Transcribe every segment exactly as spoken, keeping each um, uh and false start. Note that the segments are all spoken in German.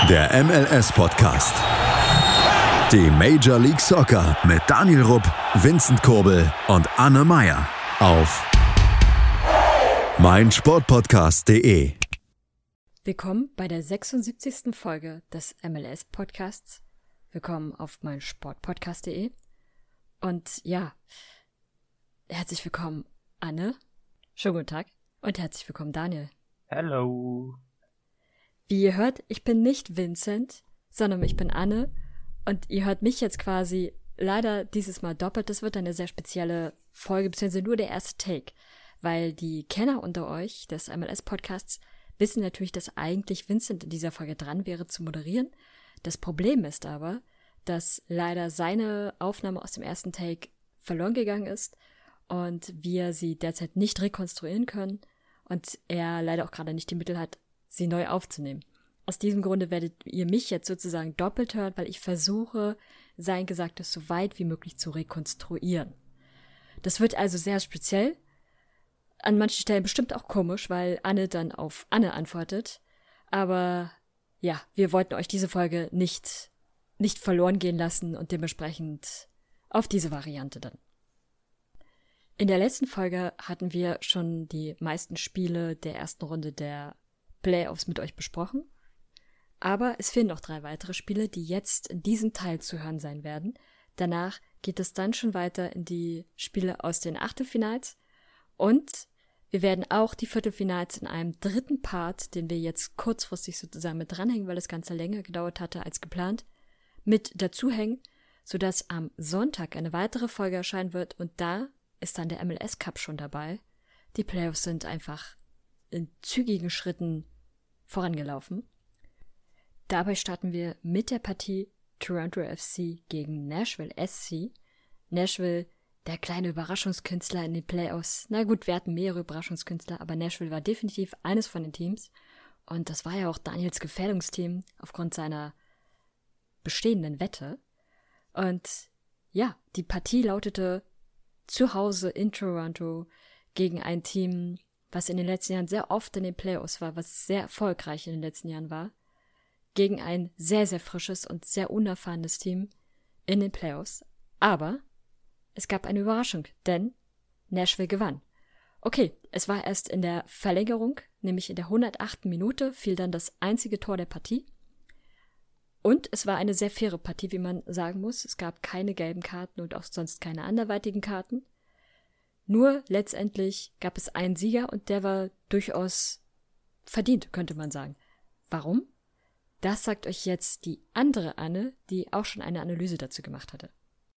Der M L S-Podcast. Die Major League Soccer mit Daniel Rupp, Vincent Kurbel und Anne Meyer auf meinsportpodcast punkt de. Willkommen bei der sechsundsiebzigsten Folge des M L S-Podcasts. Willkommen auf meinsportpodcast punkt de. Und ja, herzlich willkommen Anne. Schönen guten Tag. Und herzlich willkommen Daniel. Hallo. Wie ihr hört, ich bin nicht Vincent, sondern ich bin Anne. Und ihr hört mich jetzt quasi leider dieses Mal doppelt. Das wird eine sehr spezielle Folge, beziehungsweise nur der erste Take. Weil die Kenner unter euch des M L S-Podcasts wissen natürlich, dass eigentlich Vincent in dieser Folge dran wäre zu moderieren. Das Problem ist aber, dass leider seine Aufnahme aus dem ersten Take verloren gegangen ist und wir sie derzeit nicht rekonstruieren können und er leider auch gerade nicht die Mittel hat, sie neu aufzunehmen. Aus diesem Grunde werdet ihr mich jetzt sozusagen doppelt hören, weil ich versuche, sein Gesagtes so weit wie möglich zu rekonstruieren. Das wird also sehr speziell, an manchen Stellen bestimmt auch komisch, weil Anne dann auf Anne antwortet. Aber ja, wir wollten euch diese Folge nicht, nicht verloren gehen lassen und dementsprechend auf diese Variante dann. In der letzten Folge hatten wir schon die meisten Spiele der ersten Runde der Playoffs mit euch besprochen. Aber es fehlen noch drei weitere Spiele, die jetzt in diesem Teil zu hören sein werden. Danach geht es dann schon weiter in die Spiele aus den Achtelfinals. Und wir werden auch die Viertelfinals in einem dritten Part, den wir jetzt kurzfristig sozusagen mit dranhängen, weil das Ganze länger gedauert hatte als geplant, mit dazuhängen, sodass am Sonntag eine weitere Folge erscheinen wird. Und da ist dann der M L S Cup schon dabei. Die Playoffs sind einfach in zügigen Schritten vorangelaufen. Dabei starten wir mit der Partie Toronto F C gegen Nashville S C. Nashville, der kleine Überraschungskünstler in den Playoffs. Na gut, wir hatten mehrere Überraschungskünstler, aber Nashville war definitiv eines von den Teams. Und das war ja auch Daniels Gefährdungsteam aufgrund seiner bestehenden Wette. Und ja, die Partie lautete zu Hause in Toronto gegen ein Team, was in den letzten Jahren sehr oft in den Playoffs war, was sehr erfolgreich in den letzten Jahren war, gegen ein sehr, sehr frisches und sehr unerfahrenes Team in den Playoffs. Aber es gab eine Überraschung, denn Nashville gewann. Okay, es war erst in der Verlängerung, nämlich in der hundertachten Minute, fiel dann das einzige Tor der Partie. Und es war eine sehr faire Partie, wie man sagen muss. Es gab keine gelben Karten und auch sonst keine anderweitigen Karten. Nur letztendlich gab es einen Sieger und der war durchaus verdient, könnte man sagen. Warum? Das sagt euch jetzt die andere Anne, die auch schon eine Analyse dazu gemacht hatte.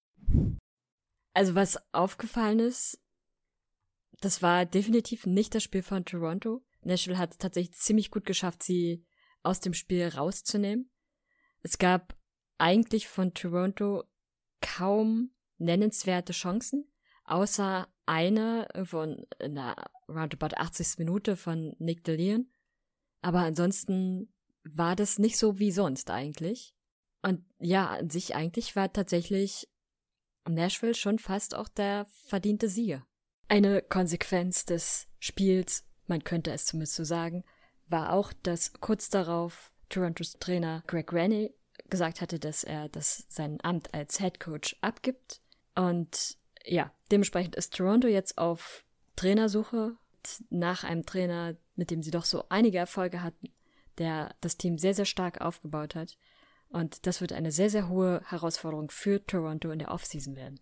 Also was aufgefallen ist, das war definitiv nicht das Spiel von Toronto. Nashville hat es tatsächlich ziemlich gut geschafft, sie aus dem Spiel rauszunehmen. Es gab eigentlich von Toronto kaum nennenswerte Chancen, außer eine von einer roundabout achtzigsten Minute von Nick DeLeon. Aber ansonsten war das nicht so wie sonst eigentlich. Und ja, an sich eigentlich war tatsächlich Nashville schon fast auch der verdiente Sieger. Eine Konsequenz des Spiels, man könnte es zumindest so sagen, war auch, dass kurz darauf Torontos Trainer Greg Rennie gesagt hatte, dass er das sein Amt als Head Coach abgibt. Und ja, dementsprechend ist Toronto jetzt auf Trainersuche nach einem Trainer, mit dem sie doch so einige Erfolge hatten, der das Team sehr, sehr stark aufgebaut hat. Und das wird eine sehr, sehr hohe Herausforderung für Toronto in der Offseason werden.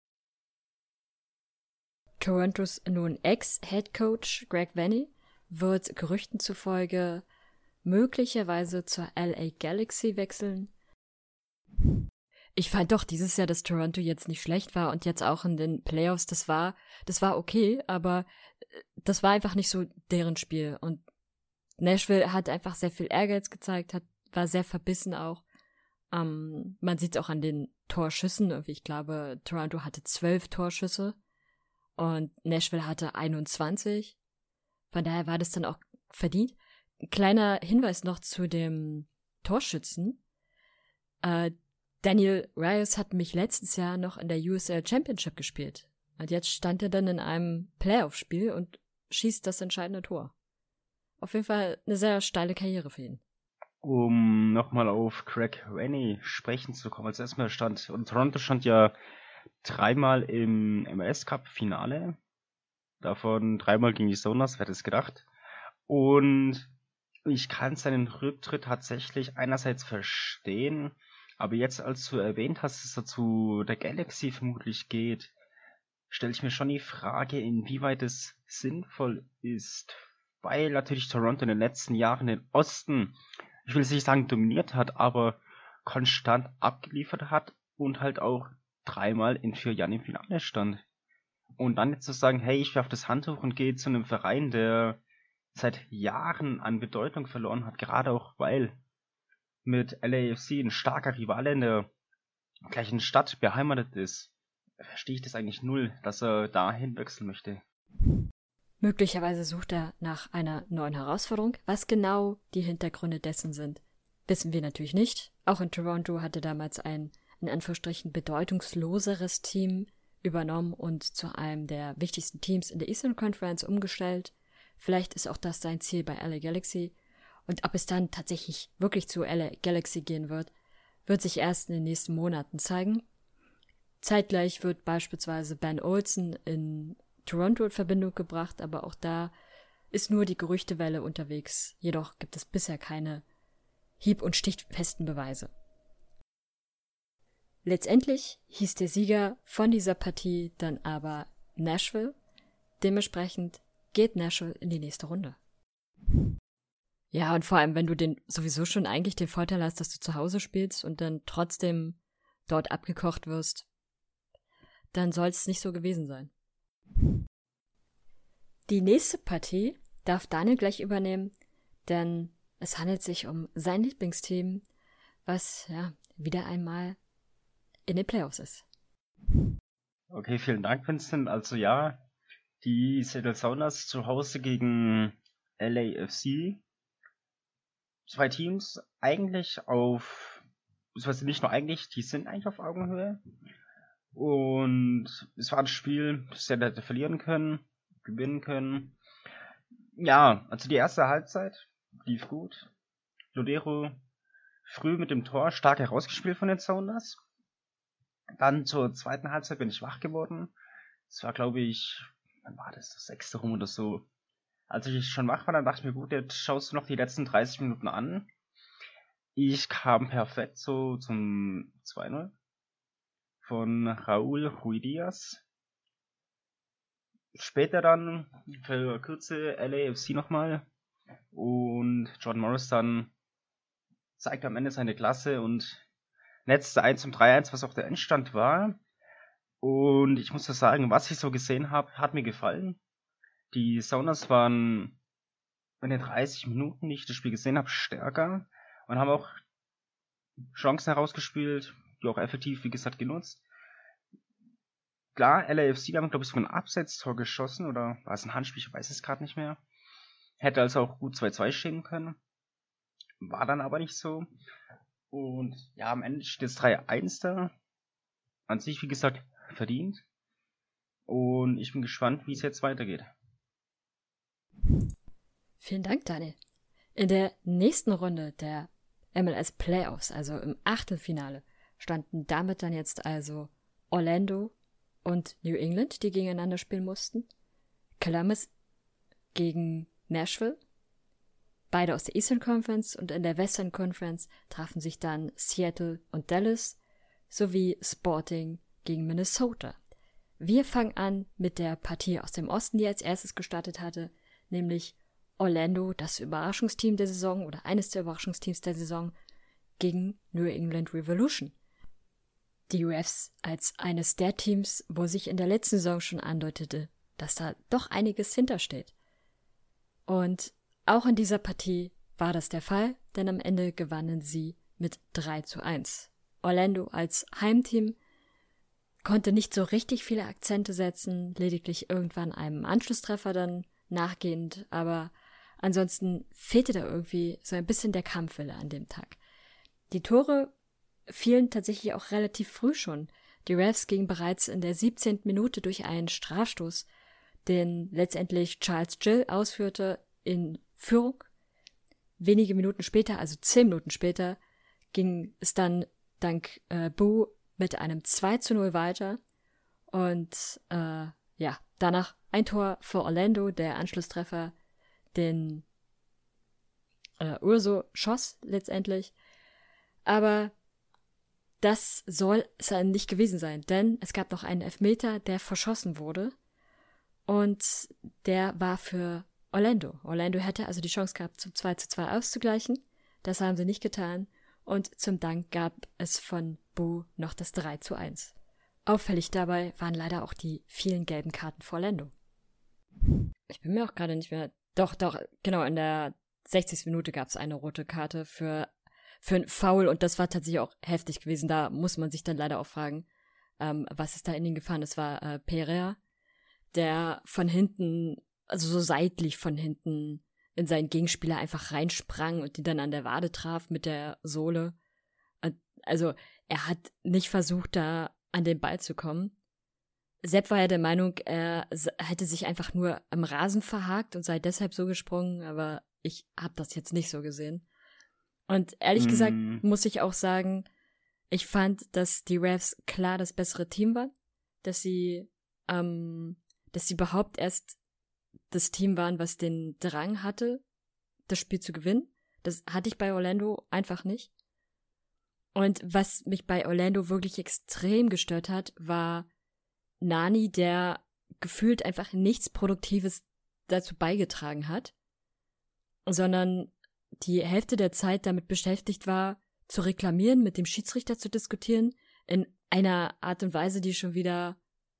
Torontos nun Ex-Head Coach Greg Vanney wird Gerüchten zufolge möglicherweise zur L A Galaxy wechseln. Ich fand doch dieses Jahr, dass Toronto jetzt nicht schlecht war und jetzt auch in den Playoffs, das war, das war okay, aber das war einfach nicht so deren Spiel. Und Nashville hat einfach sehr viel Ehrgeiz gezeigt, hat, war sehr verbissen auch. Um, man sieht es auch an den Torschüssen. Ich glaube, Toronto hatte zwölf Torschüsse und Nashville hatte einundzwanzig. Von daher war das dann auch verdient. Ein kleiner Hinweis noch zu dem Torschützen. Äh, Daniel Reyes hat mich letztes Jahr noch in der U S L Championship gespielt. Und jetzt stand er dann in einem Playoff-Spiel und schießt das entscheidende Tor. Auf jeden Fall eine sehr steile Karriere für ihn. Um nochmal auf Craig Rennie sprechen zu kommen, als erstmal stand, und Toronto stand ja dreimal im M L S-Cup-Finale, davon dreimal gegen die Sonas, wer hätte es gedacht. Und ich kann seinen Rücktritt tatsächlich einerseits verstehen, aber jetzt, als du erwähnt hast, dass er zu der Galaxy vermutlich geht, stelle ich mir schon die Frage, inwieweit es sinnvoll ist, weil natürlich Toronto in den letzten Jahren den Osten, ich will nicht sagen dominiert hat, aber konstant abgeliefert hat und halt auch dreimal in vier Jahren im Finale stand. Und dann jetzt zu sagen, hey, ich werfe das Handtuch und gehe zu einem Verein, der seit Jahren an Bedeutung verloren hat, gerade auch weil mit L A F C ein starker Rivale in der gleichen Stadt beheimatet ist, verstehe ich das eigentlich null, dass er dahin wechseln möchte. Möglicherweise sucht er nach einer neuen Herausforderung. Was genau die Hintergründe dessen sind, wissen wir natürlich nicht. Auch in Toronto hatte damals ein, in Anführungsstrichen, bedeutungsloseres Team übernommen und zu einem der wichtigsten Teams in der Eastern Conference umgestellt. Vielleicht ist auch das sein Ziel bei L A Galaxy. Und ob es dann tatsächlich wirklich zu L A Galaxy gehen wird, wird sich erst in den nächsten Monaten zeigen. Zeitgleich wird beispielsweise Ben Olsen in Toronto in Verbindung gebracht, aber auch da ist nur die Gerüchtewelle unterwegs. Jedoch gibt es bisher keine hieb- und stichfesten Beweise. Letztendlich hieß der Sieger von dieser Partie dann aber Nashville. Dementsprechend geht Nashville in die nächste Runde. Ja, und vor allem, wenn du den sowieso schon eigentlich den Vorteil hast, dass du zu Hause spielst und dann trotzdem dort abgekocht wirst, dann soll es nicht so gewesen sein. Die nächste Partie darf Daniel gleich übernehmen, denn es handelt sich um sein Lieblingsteam, was ja wieder einmal in den Playoffs ist. Okay, vielen Dank, Vincent. Also ja, die Seattle Sounders zu Hause gegen L A F C. Zwei Teams eigentlich auf, beziehungsweise nicht nur eigentlich, die sind eigentlich auf Augenhöhe. Und es war ein Spiel, das Seattle hätte verlieren können, gewinnen können. Ja, also die erste Halbzeit lief gut. Lodeiro früh mit dem Tor stark herausgespielt von den Sounders. Dann zur zweiten Halbzeit bin ich wach geworden. Es war, glaube ich, wann war das, das sechste rum oder so. Als ich schon wach war, dann dachte ich mir, gut, jetzt schaust du noch die letzten dreißig Minuten an. Ich kam perfekt so zum zwei null von Raúl Ruidíaz. Später dann für Kürze L A F C nochmal. Und Jordan Morris dann zeigt am Ende seine Klasse und netzte eins zum drei eins, was auch der Endstand war. Und ich muss ja sagen, was ich so gesehen habe, hat mir gefallen. Die Sounders waren in den dreißig Minuten, die ich das Spiel gesehen habe, stärker und haben auch Chancen herausgespielt, die auch effektiv, wie gesagt, genutzt. Klar, L A F C haben, glaube ich, sogar ein Abseitstor geschossen oder war es ein Handspiel, ich weiß es gerade nicht mehr. Hätte also auch gut zwei zwei stehen können. War dann aber nicht so. Und ja, am Ende steht es drei eins da. An sich, wie gesagt, verdient. Und ich bin gespannt, wie es jetzt weitergeht. Vielen Dank, Daniel. In der nächsten Runde der M L S Playoffs, also im Achtelfinale, standen damit dann jetzt also Orlando und New England, die gegeneinander spielen mussten. Columbus gegen Nashville. Beide aus der Eastern Conference, und in der Western Conference trafen sich dann Seattle und Dallas sowie Sporting gegen Minnesota. Wir fangen an mit der Partie aus dem Osten, die als erstes gestartet hatte, nämlich Orlando, das Überraschungsteam der Saison oder eines der Überraschungsteams der Saison, gegen New England Revolution. Die U Fs als eines der Teams, wo sich in der letzten Saison schon andeutete, dass da doch einiges hintersteht. Und auch in dieser Partie war das der Fall, denn am Ende gewannen sie mit drei zu eins. Orlando als Heimteam konnte nicht so richtig viele Akzente setzen, lediglich irgendwann einem Anschlusstreffer dann nachgehend, aber ansonsten fehlte da irgendwie so ein bisschen der Kampfwille an dem Tag. Die Tore fielen tatsächlich auch relativ früh schon. Die Refs gingen bereits in der siebzehnten Minute durch einen Strafstoß, den letztendlich Charles Gill ausführte, in Führung. wenige Minuten später, also zehn Minuten später, ging es dann dank äh, Boo mit einem zwei zu null weiter. Und äh, ja, danach ein Tor für Orlando, der Anschlusstreffer, den äh, Urso schoss letztendlich. Aber das soll es dann nicht gewesen sein, denn es gab noch einen Elfmeter, der verschossen wurde. Und der war für Orlando. Orlando hätte also die Chance gehabt, zum zwei zu zwei auszugleichen. Das haben sie nicht getan. Und zum Dank gab es von Boo noch das drei zu eins. Auffällig dabei waren leider auch die vielen gelben Karten für Orlando. Ich bin mir auch gerade nicht mehr... Doch, doch, genau, in der sechzigsten Minute gab es eine rote Karte für, für ein Foul und das war tatsächlich auch heftig gewesen. Da muss man sich dann leider auch fragen, ähm, was ist da in ihn gefahren? Das war äh, Pereira, der von hinten, also so seitlich von hinten in seinen Gegenspieler einfach reinsprang und die dann an der Wade traf mit der Sohle. Also er hat nicht versucht, da an den Ball zu kommen. Sepp war ja der Meinung, er hätte sich einfach nur am Rasen verhakt und sei deshalb so gesprungen, aber ich habe das jetzt nicht so gesehen. Und ehrlich mm. gesagt muss ich auch sagen, ich fand, dass die Refs klar das bessere Team waren, dass sie, ähm, dass sie überhaupt erst das Team waren, was den Drang hatte, das Spiel zu gewinnen. Das hatte ich bei Orlando einfach nicht. Und was mich bei Orlando wirklich extrem gestört hat, war Nani, der gefühlt einfach nichts Produktives dazu beigetragen hat, sondern die Hälfte der Zeit damit beschäftigt war, zu reklamieren, mit dem Schiedsrichter zu diskutieren, in einer Art und Weise, die schon wieder,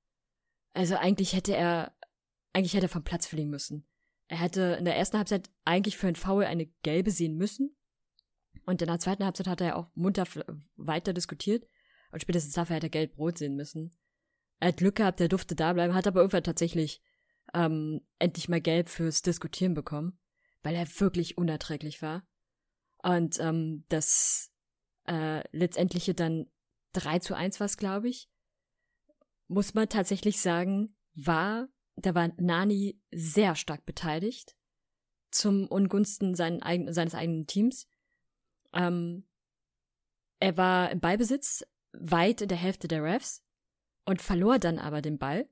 also eigentlich hätte er, eigentlich hätte er vom Platz fliegen müssen. Er hätte in der ersten Halbzeit eigentlich für ein Foul eine gelbe sehen müssen und in der zweiten Halbzeit hat er ja auch munter weiter diskutiert und spätestens dafür hätte er gelb-rot sehen müssen. Er hat Glück gehabt, der durfte da bleiben, hat aber irgendwann tatsächlich ähm, endlich mal gelb fürs Diskutieren bekommen, weil er wirklich unerträglich war. Und ähm, das äh, letztendliche dann drei zu eins war es, glaube ich, muss man tatsächlich sagen, war, da war Nani sehr stark beteiligt zum Ungunsten seinen eigen, seines eigenen Teams. Ähm, er war im Ballbesitz, weit in der Hälfte der Refs, und verlor dann aber den Ball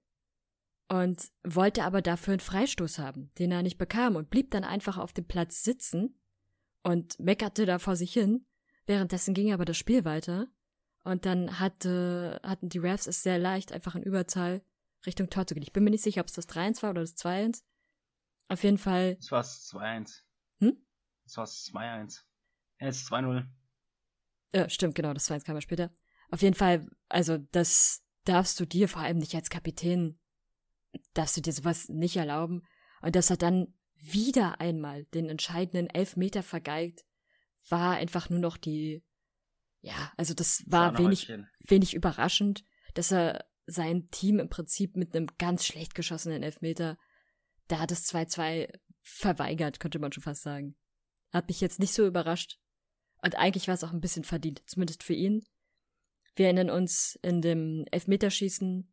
und wollte aber dafür einen Freistoß haben, den er nicht bekam und blieb dann einfach auf dem Platz sitzen und meckerte da vor sich hin. Währenddessen ging aber das Spiel weiter und dann hatte, hatten die Refs es sehr leicht, einfach in Überzahl Richtung Tor zu gehen. Ich bin mir nicht sicher, ob es das drei eins war oder das zwei eins. Auf jeden Fall... Es war das zwei eins. Hm? Es war das zwei eins. Es ist zwei null. Ja, stimmt, genau, das zwei eins kam ja später. Auf jeden Fall, also das... darfst du dir vor allem nicht als Kapitän, darfst du dir sowas nicht erlauben. Und dass er dann wieder einmal den entscheidenden Elfmeter vergeigt, war einfach nur noch die, ja, also das war wenig, wenig überraschend, dass er sein Team im Prinzip mit einem ganz schlecht geschossenen Elfmeter, da hat das zwei zwei verweigert, könnte man schon fast sagen. Hat mich jetzt nicht so überrascht. Und eigentlich war es auch ein bisschen verdient, zumindest für ihn. Wir erinnern uns in dem Elfmeterschießen,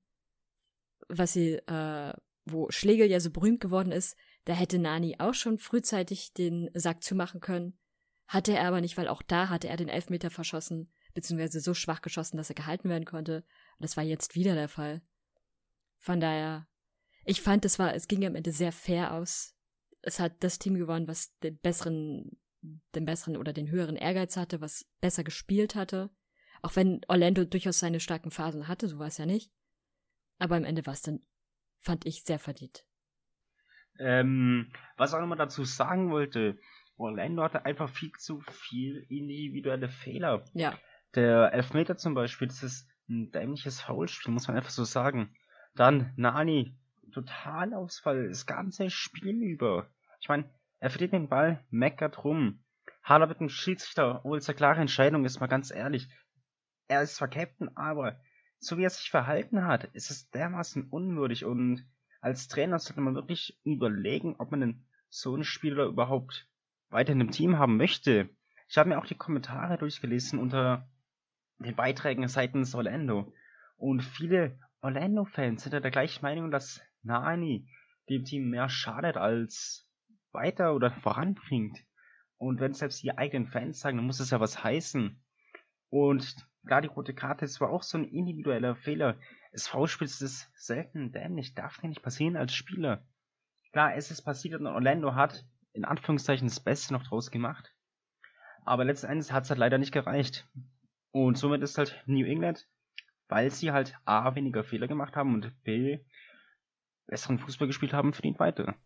was sie, äh, wo Schlegel ja so berühmt geworden ist, da hätte Nani auch schon frühzeitig den Sack zumachen können. Hatte er aber nicht, weil auch da hatte er den Elfmeter verschossen, beziehungsweise so schwach geschossen, dass er gehalten werden konnte. Und das war jetzt wieder der Fall. Von daher, ich fand, es war, es ging am Ende sehr fair aus. Es hat das Team gewonnen, was den besseren, den besseren oder den höheren Ehrgeiz hatte, was besser gespielt hatte. Auch wenn Orlando durchaus seine starken Phasen hatte, so war es ja nicht. Aber am Ende war es dann, fand ich, sehr verdient. Ähm, was auch immer dazu sagen wollte, Orlando hatte einfach viel zu viel individuelle Fehler. Ja. Der Elfmeter zum Beispiel, das ist ein dämliches Foulspiel, muss man einfach so sagen. Dann Nani, Totalausfall, das ganze Spiel über. Ich meine, er verdient den Ball, meckert rum. Hadert mit dem Schiedsrichter, obwohl es eine klare Entscheidung ist, mal ganz ehrlich. Er ist zwar Captain, aber so wie er sich verhalten hat, ist es dermaßen unwürdig und als Trainer sollte man wirklich überlegen, ob man denn so einen Spieler überhaupt weiter in dem Team haben möchte. Ich habe mir auch die Kommentare durchgelesen unter den Beiträgen seitens Orlando und viele Orlando-Fans sind ja der gleichen Meinung, dass Nani dem Team mehr schadet als weiter oder voranbringt. Und wenn selbst die eigenen Fans sagen, dann muss es ja was heißen. Und klar, die rote Karte ist zwar auch so ein individueller Fehler. Das Foulspiel ist selten dämlich, darf dir nicht passieren als Spieler. Klar, es ist passiert und Orlando hat in Anführungszeichen das Beste noch draus gemacht. Aber letzten Endes hat es halt leider nicht gereicht. Und somit ist halt New England, weil sie halt A, weniger Fehler gemacht haben und B, besseren Fußball gespielt haben, verdient weiter.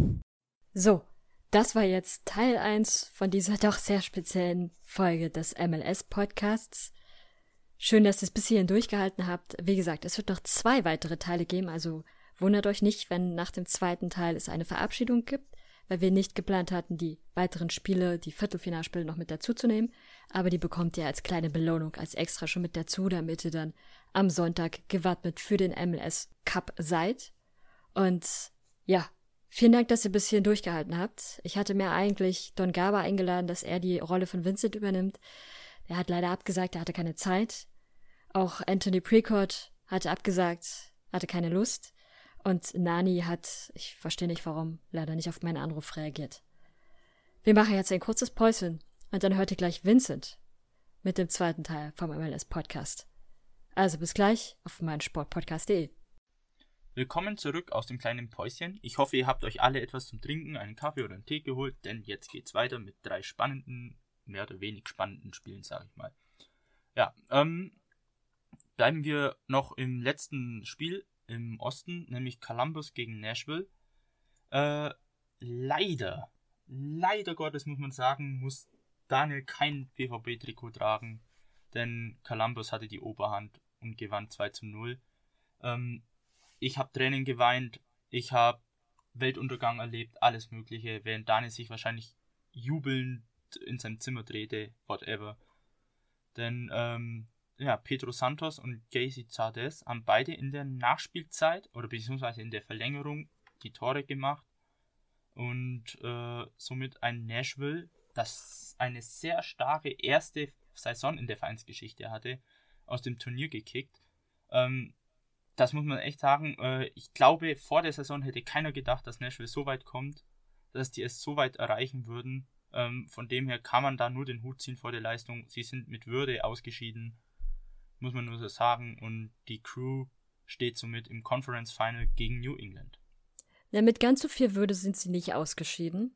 So, das war jetzt Teil eins von dieser doch sehr speziellen Folge des M L S-Podcasts. Schön, dass ihr es bis hierhin durchgehalten habt. Wie gesagt, es wird noch zwei weitere Teile geben, also wundert euch nicht, wenn nach dem zweiten Teil es eine Verabschiedung gibt, weil wir nicht geplant hatten, die weiteren Spiele, die Viertelfinalspiele noch mit dazuzunehmen, aber die bekommt ihr als kleine Belohnung, als extra schon mit dazu, damit ihr dann am Sonntag gewappnet für den M L S Cup seid. Und ja, vielen Dank, dass ihr bis hierhin durchgehalten habt. Ich hatte mir eigentlich Don Garber eingeladen, dass er die Rolle von Vincent übernimmt. Er hat leider abgesagt, er hatte keine Zeit. Auch Anthony Precourt hatte abgesagt, hatte keine Lust. Und Nani hat, ich verstehe nicht warum, leider nicht auf meinen Anruf reagiert. Wir machen jetzt ein kurzes Päuschen und dann hört ihr gleich Vincent mit dem zweiten Teil vom M L S-Podcast. Also bis gleich auf meinsportpodcast punkt de. Willkommen zurück aus dem kleinen Päuschen. Ich hoffe, ihr habt euch alle etwas zum Trinken, einen Kaffee oder einen Tee geholt, denn jetzt geht's weiter mit drei spannenden, mehr oder weniger spannenden Spielen, sage ich mal. Ja, ähm, bleiben wir noch im letzten Spiel im Osten, nämlich Columbus gegen Nashville. Äh, leider, leider Gottes muss man sagen, muss Daniel kein B V B-Trikot tragen, denn Columbus hatte die Oberhand und gewann zwei zu null. Ähm, ich habe Tränen geweint, ich habe Weltuntergang erlebt, alles Mögliche, während Daniel sich wahrscheinlich jubelnd in seinem Zimmer drehte, whatever. Denn, ähm, ja, Pedro Santos und Casey Zardes haben beide in der Nachspielzeit oder beziehungsweise in der Verlängerung die Tore gemacht und äh, somit ein Nashville, das eine sehr starke erste Saison in der Vereinsgeschichte hatte, aus dem Turnier gekickt. Ähm, das muss man echt sagen. Äh, ich glaube, vor der Saison hätte keiner gedacht, dass Nashville so weit kommt, dass die es so weit erreichen würden. Ähm, von dem her kann man da nur den Hut ziehen vor der Leistung. Sie sind mit Würde ausgeschieden, muss man nur so sagen. Und die Crew steht somit im Conference Final gegen New England. Ja, mit ganz so viel Würde sind sie nicht ausgeschieden,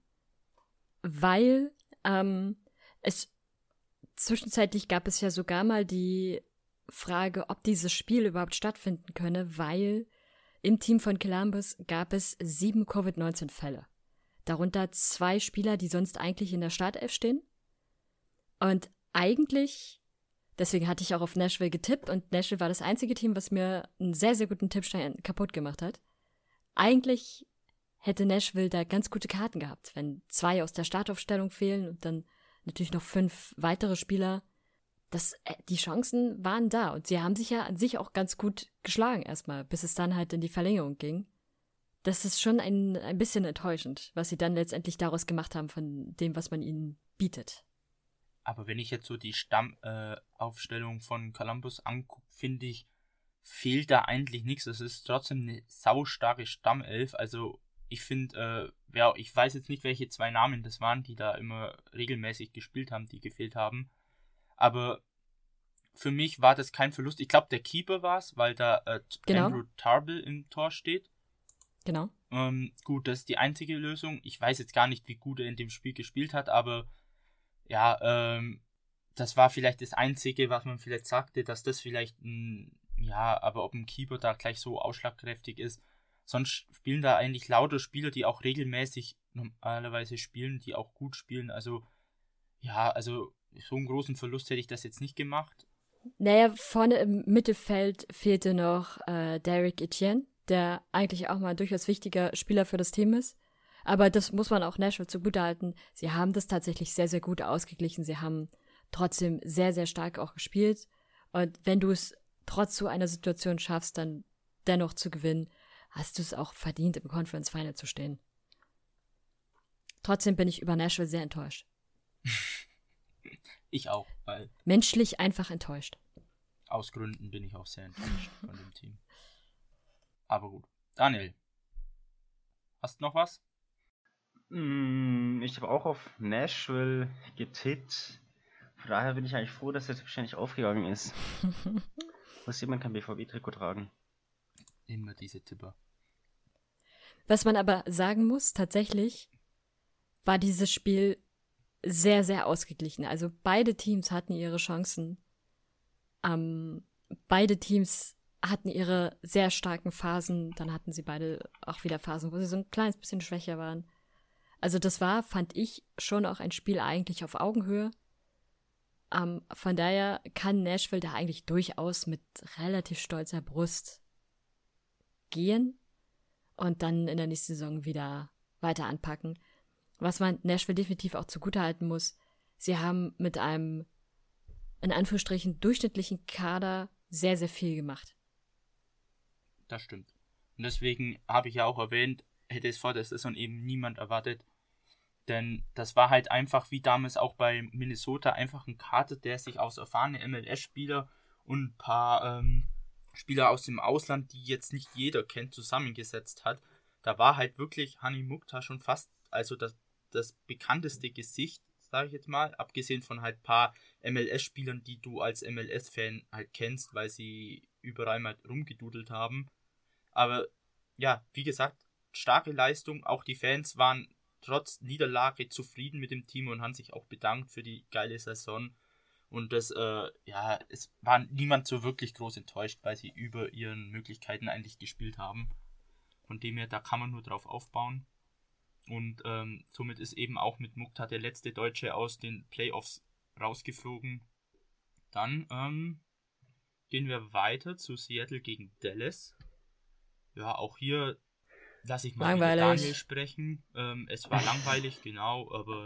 weil ähm, es zwischenzeitlich gab es ja sogar mal die Frage, ob dieses Spiel überhaupt stattfinden könne, weil im Team von Columbus gab es sieben Covid neunzehn Fälle. Darunter zwei Spieler, die sonst eigentlich in der Startelf stehen. Und eigentlich, deswegen hatte ich auch auf Nashville getippt und Nashville war das einzige Team, was mir einen sehr, sehr guten Tippstein kaputt gemacht hat. Eigentlich hätte Nashville da ganz gute Karten gehabt, wenn zwei aus der Startaufstellung fehlen und dann natürlich noch fünf weitere Spieler. Das, die Chancen waren da und sie haben sich ja an sich auch ganz gut geschlagen erstmal, bis es dann halt in die Verlängerung ging. Das ist schon ein, ein bisschen enttäuschend, was sie dann letztendlich daraus gemacht haben von dem, was man ihnen bietet. Aber wenn ich jetzt so die Stammaufstellung äh, von Columbus angucke, finde ich, fehlt da eigentlich nichts. Es ist trotzdem eine saustarke Stammelf. Also ich finde, äh, ja, ich weiß jetzt nicht, welche zwei Namen das waren, die da immer regelmäßig gespielt haben, die gefehlt haben. Aber für mich war das kein Verlust. Ich glaube, der Keeper war es, weil da äh, genau. Andrew Tarbell im Tor steht. Genau. Ähm, gut, das ist die einzige Lösung. Ich weiß jetzt gar nicht, wie gut er in dem Spiel gespielt hat, aber ja, ähm, das war vielleicht das Einzige, was man vielleicht sagte, dass das vielleicht ein, ja, aber ob ein Keeper da gleich so ausschlagkräftig ist. Sonst spielen da eigentlich lauter Spieler, die auch regelmäßig normalerweise spielen, die auch gut spielen. Also, ja, also so einen großen Verlust hätte ich das jetzt nicht gemacht. Naja, vorne im Mittelfeld fehlte noch äh, Derek Etienne, der eigentlich auch mal ein durchaus wichtiger Spieler für das Team ist. Aber das muss man auch Nashville zugutehalten. Sie haben das tatsächlich sehr, sehr gut ausgeglichen. Sie haben trotzdem sehr, sehr stark auch gespielt. Und wenn du es trotz so einer Situation schaffst, dann dennoch zu gewinnen, hast du es auch verdient, im Conference Final zu stehen. Trotzdem bin ich über Nashville sehr enttäuscht. Ich auch, weil... Menschlich einfach enttäuscht. Aus Gründen bin ich auch sehr enttäuscht von dem Team. Aber gut. Daniel, hast du noch was? Mm, Ich habe auch auf Nashville getippt. Von daher bin ich eigentlich froh, dass der Tipp ständig aufgegangen ist. Muss jemand kein B V B-Trikot tragen. Immer diese Tipper. Was man aber sagen muss, tatsächlich war dieses Spiel sehr, sehr ausgeglichen. Also beide Teams hatten ihre Chancen. Ähm, beide Teams hatten ihre sehr starken Phasen. Dann hatten sie beide auch wieder Phasen, wo sie so ein kleines bisschen schwächer waren. Also das war, fand ich, schon auch ein Spiel eigentlich auf Augenhöhe. Ähm, von daher kann Nashville da eigentlich durchaus mit relativ stolzer Brust gehen und dann in der nächsten Saison wieder weiter anpacken. Was man Nashville definitiv auch zugutehalten muss, sie haben mit einem, in Anführungsstrichen, durchschnittlichen Kader sehr, sehr viel gemacht. Das stimmt. Und deswegen habe ich ja auch erwähnt, hätte es vor der Saison eben niemand erwartet. Denn das war halt einfach, wie damals auch bei Minnesota, einfach ein Kader, der sich aus erfahrenen M L S-Spieler und ein paar ähm, Spieler aus dem Ausland, die jetzt nicht jeder kennt, zusammengesetzt hat. Da war halt wirklich Hani Mukhtar schon fast, also das, das bekannteste Gesicht, sage ich jetzt mal, abgesehen von halt ein paar M L S-Spielern, die du als M L S-Fan halt kennst, weil sie überall mal rumgedudelt haben. Aber ja, wie gesagt, starke Leistung, auch die Fans waren trotz Niederlage zufrieden mit dem Team und haben sich auch bedankt für die geile Saison. Und das, äh, ja, es war niemand so wirklich groß enttäuscht, weil sie über ihren Möglichkeiten eigentlich gespielt haben. Von dem her, da kann man nur drauf aufbauen. Und ähm, somit ist eben auch mit Mukhtar der letzte Deutsche aus den Playoffs rausgeflogen. Dann ähm, gehen wir weiter zu Seattle gegen Dallas. Ja, auch hier lasse ich mal mit Daniel sprechen. Ähm, es war langweilig, genau, aber...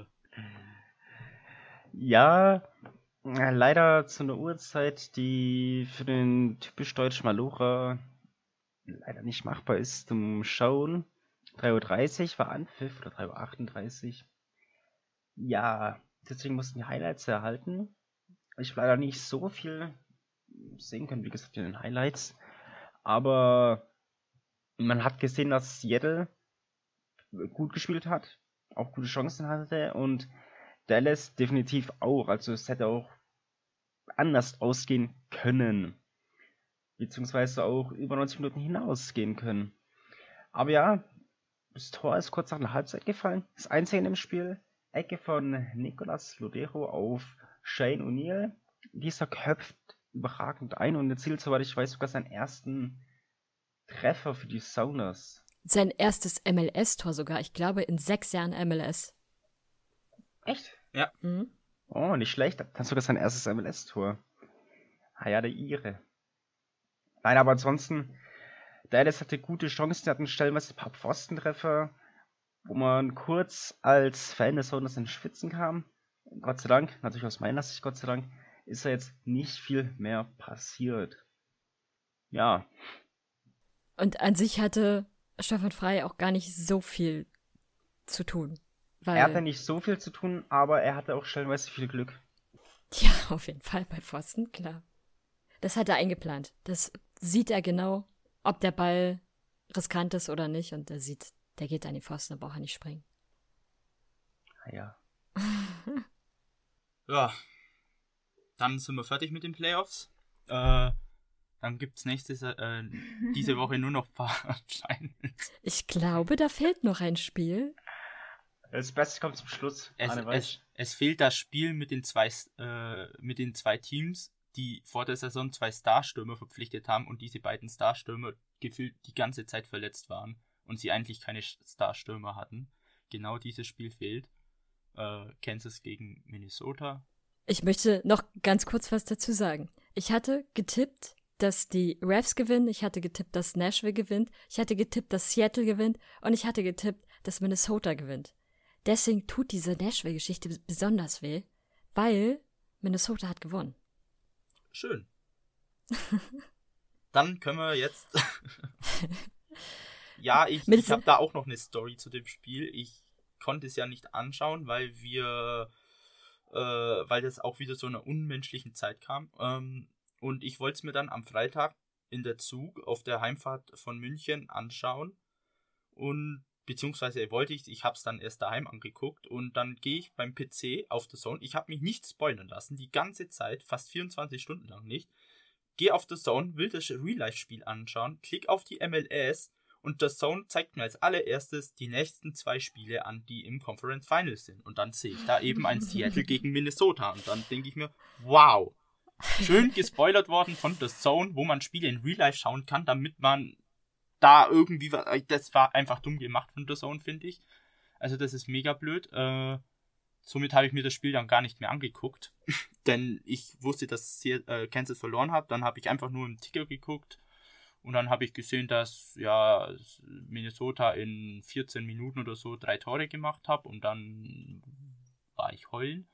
Ja, äh, leider zu einer Uhrzeit, die für den typisch deutschen Malocher leider nicht machbar ist zum Schauen. drei Uhr dreißig war Anpfiff oder drei Uhr achtunddreißig. Ja, deswegen mussten die Highlights erhalten. Ich habe leider nicht so viel sehen können, wie gesagt, in den Highlights. Aber man hat gesehen, dass Seattle gut gespielt hat, auch gute Chancen hatte und Dallas definitiv auch. Also es hätte auch anders ausgehen können. Beziehungsweise auch über neunzig Minuten hinausgehen können. Aber ja, das Tor ist kurz nach der Halbzeit gefallen. Das Einzige in dem Spiel, Ecke von Nicolas Lodeiro auf Shane O'Neill. Dieser köpft überragend ein und erzielt, soweit ich weiß, sogar seinen ersten Treffer für die Sounders. Sein erstes M L S-Tor sogar. Ich glaube, in sechs Jahren M L S. Echt? Ja. Mhm. Oh, nicht schlecht. Dann sogar sein erstes M L S-Tor. Ah ja, der Ire. Nein, aber ansonsten, Dallas hatte gute Chancen, die hatten stellenweise ein paar Pfostentreffer, wo man kurz als Fan des Sounders in Schwitzen kam. Gott sei Dank, natürlich aus meiner Sicht, Gott sei Dank, ist da jetzt nicht viel mehr passiert. Ja. Und an sich hatte Stefan Frei auch gar nicht so viel zu tun. Weil, er hatte nicht so viel zu tun, aber er hatte auch stellenweise viel Glück. Ja, auf jeden Fall bei Pfosten, klar. Das hat er eingeplant. Das sieht er genau, ob der Ball riskant ist oder nicht. Und er sieht, der geht an die Pfosten, da braucht er nicht springen. Ja. Ja. Dann sind wir fertig mit den Playoffs. Äh, dann gibt es nächste äh, diese Woche nur noch ein paar Finals. Ich glaube, da fehlt noch ein Spiel. Das Beste kommt zum Schluss. Es, es, es fehlt das Spiel mit den zwei äh, mit den zwei Teams, die vor der Saison zwei Starstürmer verpflichtet haben und diese beiden Starstürmer gefühlt die ganze Zeit verletzt waren und sie eigentlich keine Starstürmer hatten. Genau dieses Spiel fehlt. Äh, Kansas gegen Minnesota. Ich möchte noch ganz kurz was dazu sagen. Ich hatte getippt, dass die Ravs gewinnen, ich hatte getippt, dass Nashville gewinnt, ich hatte getippt, dass Seattle gewinnt und ich hatte getippt, dass Minnesota gewinnt. Deswegen tut diese Nashville-Geschichte besonders weh, weil Minnesota hat gewonnen. Schön. Dann können wir jetzt... ja, ich, ich habe da auch noch eine Story zu dem Spiel. Ich konnte es ja nicht anschauen, weil wir... Äh, weil das auch wieder so einer unmenschlichen Zeit kam. Ähm, und ich wollte es mir dann am Freitag in der Zug auf der Heimfahrt von München anschauen. Und beziehungsweise wollte ich, ich habe es dann erst daheim angeguckt und dann gehe ich beim P C auf The Zone. Ich habe mich nicht spoilern lassen, die ganze Zeit, fast vierundzwanzig Stunden lang nicht. Gehe auf The Zone, will das Real-Life-Spiel anschauen, klick auf die M L S und The Zone zeigt mir als allererstes die nächsten zwei Spiele an, die im Conference Finals sind. Und dann sehe ich da eben ein Seattle gegen Minnesota und dann denke ich mir, wow, schön gespoilert worden von The Zone, wo man Spiele in Real Life schauen kann, damit man da irgendwie, das war einfach dumm gemacht von The Zone, finde ich. Also das ist mega blöd. Äh, somit habe ich mir das Spiel dann gar nicht mehr angeguckt, denn ich wusste, dass äh, Kansas verloren hat. Dann habe ich einfach nur im Ticker geguckt und dann habe ich gesehen, dass ja Minnesota in vierzehn Minuten oder so drei Tore gemacht hat und dann war ich heulen.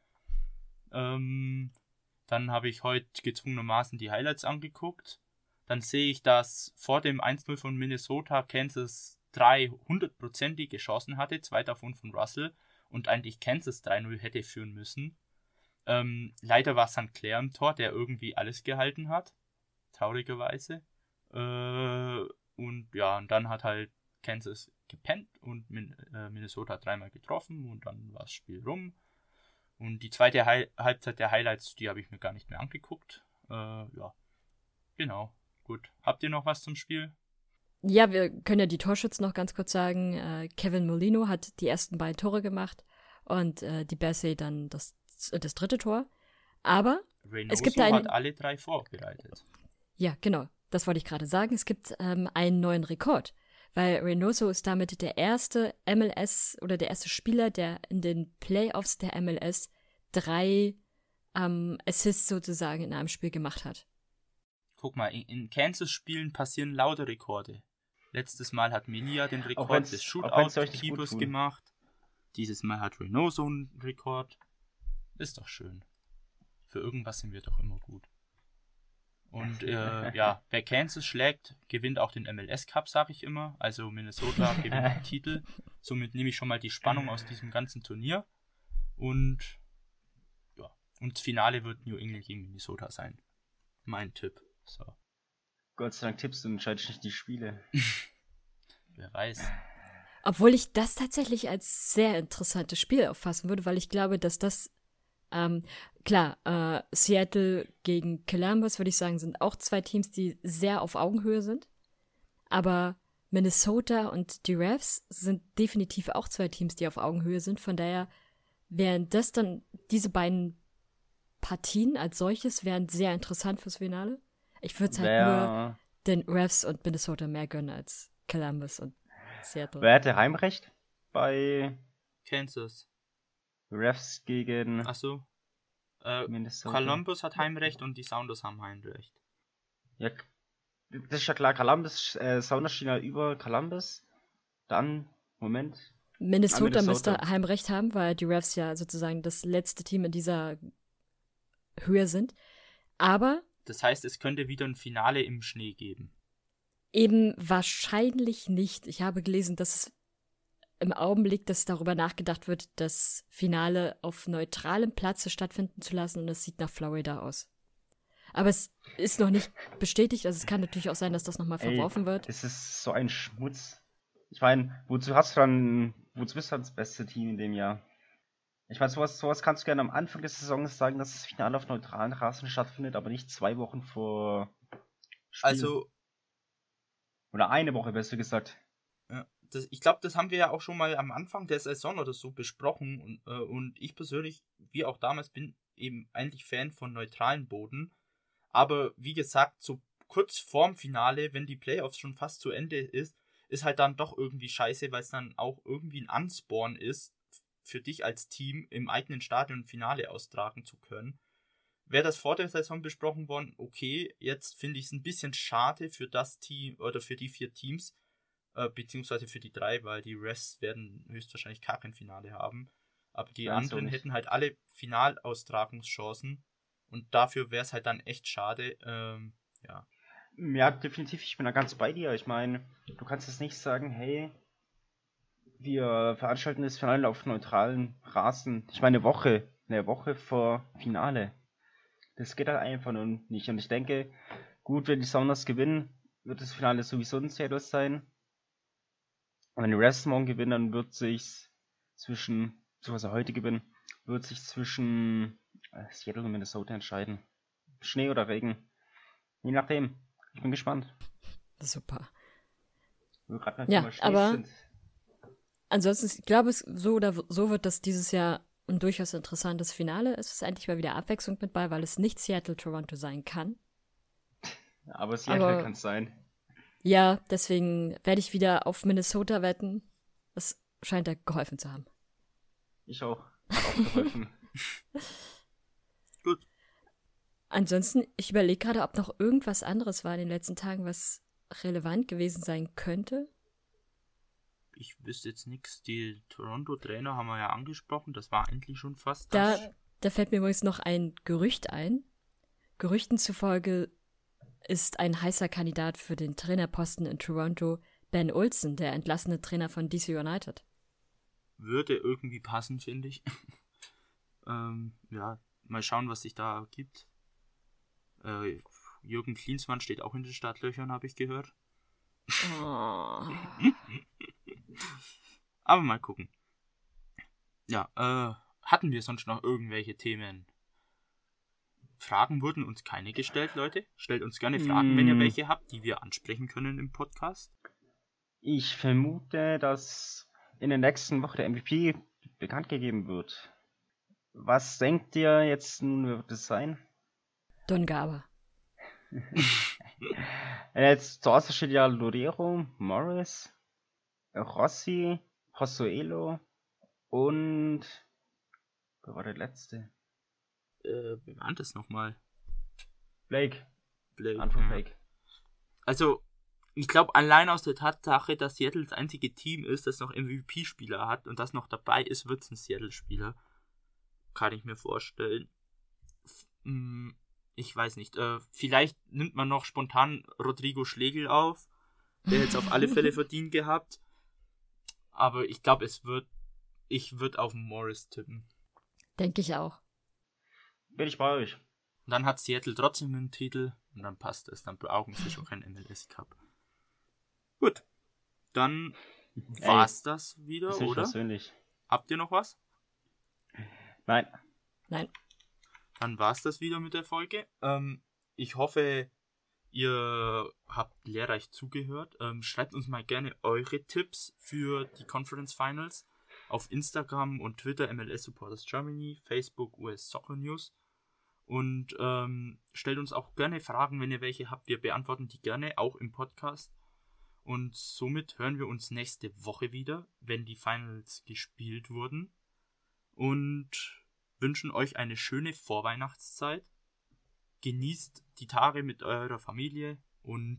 Ähm, dann habe ich heute gezwungenermaßen die Highlights angeguckt. Dann sehe ich, dass vor dem eins null von Minnesota Kansas drei hundertprozentige Chancen hatte, zwei davon von Russell und eigentlich Kansas drei null hätte führen müssen. Ähm, leider war Sankt Clair im Tor, der irgendwie alles gehalten hat, traurigerweise. Äh, und ja, und dann hat halt Kansas gepennt und Min- äh, Minnesota hat dreimal getroffen und dann war das Spiel rum. Und die zweite Hi- Halbzeit der Highlights, die habe ich mir gar nicht mehr angeguckt. Äh, ja, genau. Gut. Habt ihr noch was zum Spiel? Ja, wir können ja die Torschützen noch ganz kurz sagen. Äh, Kevin Molino hat die ersten beiden Tore gemacht und äh, die Bassey dann das, das dritte Tor. Aber Reynoso es gibt einen, hat alle drei vorbereitet. Ja, genau. Das wollte ich gerade sagen. Es gibt ähm, einen neuen Rekord, weil Reynoso ist damit der erste M L S oder der erste Spieler, der in den Playoffs der M L S drei ähm, Assists sozusagen in einem Spiel gemacht hat. Guck mal, in, in Kansas-Spielen passieren lauter Rekorde. Letztes Mal hat Melia den Rekord wenn's- des auch wenn's euch nicht gut Shootout-Keepers tut. gemacht. Dieses Mal hat Reynoso einen Rekord. Ist doch schön. Für irgendwas sind wir doch immer gut. Und äh, ja, wer Kansas schlägt, gewinnt auch den M L S Cup, sage ich immer. Also Minnesota gewinnt den Titel. Somit nehme ich schon mal die Spannung aus diesem ganzen Turnier. Und ja, und das Finale wird New England gegen Minnesota sein. Mein Tipp. So, Gott sei Dank tippst du und entscheidest nicht die Spiele. wer weiß. Obwohl ich das tatsächlich als sehr interessantes Spiel auffassen würde, weil ich glaube, dass das, ähm, klar, äh, Seattle gegen Columbus, würde ich sagen, sind auch zwei Teams, die sehr auf Augenhöhe sind. Aber Minnesota und die Refs sind definitiv auch zwei Teams, die auf Augenhöhe sind. Von daher wären das dann, diese beiden Partien als solches, wären sehr interessant fürs Finale. Ich würde es halt Wer, nur den Refs und Minnesota mehr gönnen als Columbus und Seattle. wer hätte Heimrecht bei Kansas. Refs gegen Achso. Äh, Minnesota? Columbus hat Heimrecht und die Sounders haben Heimrecht. Ja, das ist ja klar, Columbus, äh, Sounders stehen ja über Columbus. Dann, Moment. Minnesota, Ah, müsste Minnesota. Heimrecht haben, weil die Refs ja sozusagen das letzte Team in dieser Höhe sind. Aber Das heißt, es könnte wieder ein Finale im Schnee geben. eben wahrscheinlich nicht. Ich habe gelesen, dass es im Augenblick, dass darüber nachgedacht wird, das Finale auf neutralem Platz stattfinden zu lassen und es sieht nach Florida aus. Aber es ist noch nicht bestätigt, also es kann natürlich auch sein, dass das nochmal Ey, verworfen wird. Das ist so ein Schmutz. Ich meine, wozu hast du dann, wozu bist du dann das beste Team in dem Jahr? Ich meine, sowas, sowas kannst du gerne am Anfang der Saison sagen, dass das Finale auf neutralen Rasen stattfindet, aber nicht zwei Wochen vor Spiel. Also, Oder eine Woche, besser gesagt. ja, das, ich glaube, das haben wir ja auch schon mal am Anfang der Saison oder so besprochen. Und, äh, und ich persönlich, wie auch damals, bin eben eigentlich Fan von neutralen Boden. Aber wie gesagt, so kurz vorm Finale, wenn die Playoffs schon fast zu Ende ist, ist halt dann doch irgendwie scheiße, weil es dann auch irgendwie ein Ansporn ist, für dich als Team im eigenen Stadion ein Finale austragen zu können. Wäre das vor der Saison besprochen worden, okay, jetzt finde ich es ein bisschen schade für das Team oder für die vier Teams, äh, beziehungsweise für die drei, weil die Refs werden höchstwahrscheinlich gar kein Finale haben. Aber die Ganz so anderen nicht. hätten halt alle Finalaustragungschancen und dafür wäre es halt dann echt schade. Ähm, ja. Ja, definitiv, ich bin da ganz bei dir. Ich meine, du kannst jetzt nicht sagen, hey, wir veranstalten das Finale auf neutralen Rasen. Ich meine, eine Woche, eine Woche vor Finale. Das geht halt einfach nur nicht. Und ich denke, gut, wenn die Sounders gewinnen, wird das Finale sowieso in Seattle sein. wenn die Refs morgen gewinnen, dann wird sich zwischen, beziehungsweise heute gewinnen, wird sich zwischen äh, Seattle und Minnesota entscheiden. Schnee oder Regen. Je nachdem. Ich bin gespannt. Super. Wo wir gerade beim Ja, Thema Schnee aber sind. ansonsten, ich glaube, es so oder so wird das dieses Jahr ein durchaus interessantes Finale. Es ist endlich mal wieder Abwechslung mit bei, weil es nicht Seattle-Toronto sein kann. Aber Seattle aber- kann es sein. Ja, deswegen werde ich wieder auf Minnesota wetten. Das scheint da geholfen zu haben. Ich auch. Hat auch geholfen. Gut. Ansonsten, ich überlege gerade, ob noch irgendwas anderes war in den letzten Tagen, was relevant gewesen sein könnte. Ich wüsste jetzt nichts. Die Toronto-Trainer haben wir ja angesprochen. Das war eigentlich schon fast Da, das. da fällt mir übrigens noch ein Gerücht ein. Gerüchten zufolge ist ein heißer Kandidat für den Trainerposten in Toronto Ben Olsen, der entlassene Trainer von D C United. Würde irgendwie passen, finde ich. ähm, ja, mal schauen, was sich da gibt. Äh, Jürgen Klinsmann steht auch in den Startlöchern, habe ich gehört. Oh. Aber mal gucken. Ja, äh, hatten wir sonst noch irgendwelche Themen? Fragen wurden uns keine gestellt, Leute. Stellt uns gerne Fragen, wenn ihr Mm. welche habt, die wir ansprechen können im Podcast. Ich vermute, dass in der nächsten Woche der M V P bekannt gegeben wird. Was denkt ihr jetzt nun, wird es sein? Don Garber. Jetzt zur Auswahl steht ja Lodero, Morris, Rossi, Hossuelo und wer war der letzte? Äh, wer war das nochmal? Blake. Blake. Antwort ja. Blake. Also, ich glaube, allein aus der Tatsache, dass Seattle das einzige Team ist, das noch M V P-Spieler hat und das noch dabei ist, wird es ein Seattle-Spieler. Kann ich mir vorstellen. F- mh, Ich weiß nicht. Äh, vielleicht nimmt man noch spontan Rodrigo Schlegel auf. Der hätte es auf alle Fälle verdient gehabt. Aber ich glaube, es wird. Ich würde auf Morris tippen. Denke ich auch. Bin ich bei euch. Und dann hat Seattle trotzdem einen Titel. Und dann passt es. Dann brauchen sie schon keinen M L S-Cup. Gut. Dann war's das wieder, Das ist nicht oder? persönlich. Habt ihr noch was? Nein. Nein. Dann war's das wieder mit der Folge. Ähm, ich hoffe, ihr habt lehrreich zugehört. Ähm, schreibt uns mal gerne eure Tipps für die Conference Finals auf Instagram und Twitter M L S Supporters Germany, Facebook U S Soccer News. Und ähm, stellt uns auch gerne Fragen, wenn ihr welche habt. Wir beantworten die gerne, auch im Podcast. Und somit hören wir uns nächste Woche wieder, wenn die Finals gespielt wurden. Und wünschen euch eine schöne Vorweihnachtszeit. Genießt die Tage mit eurer Familie und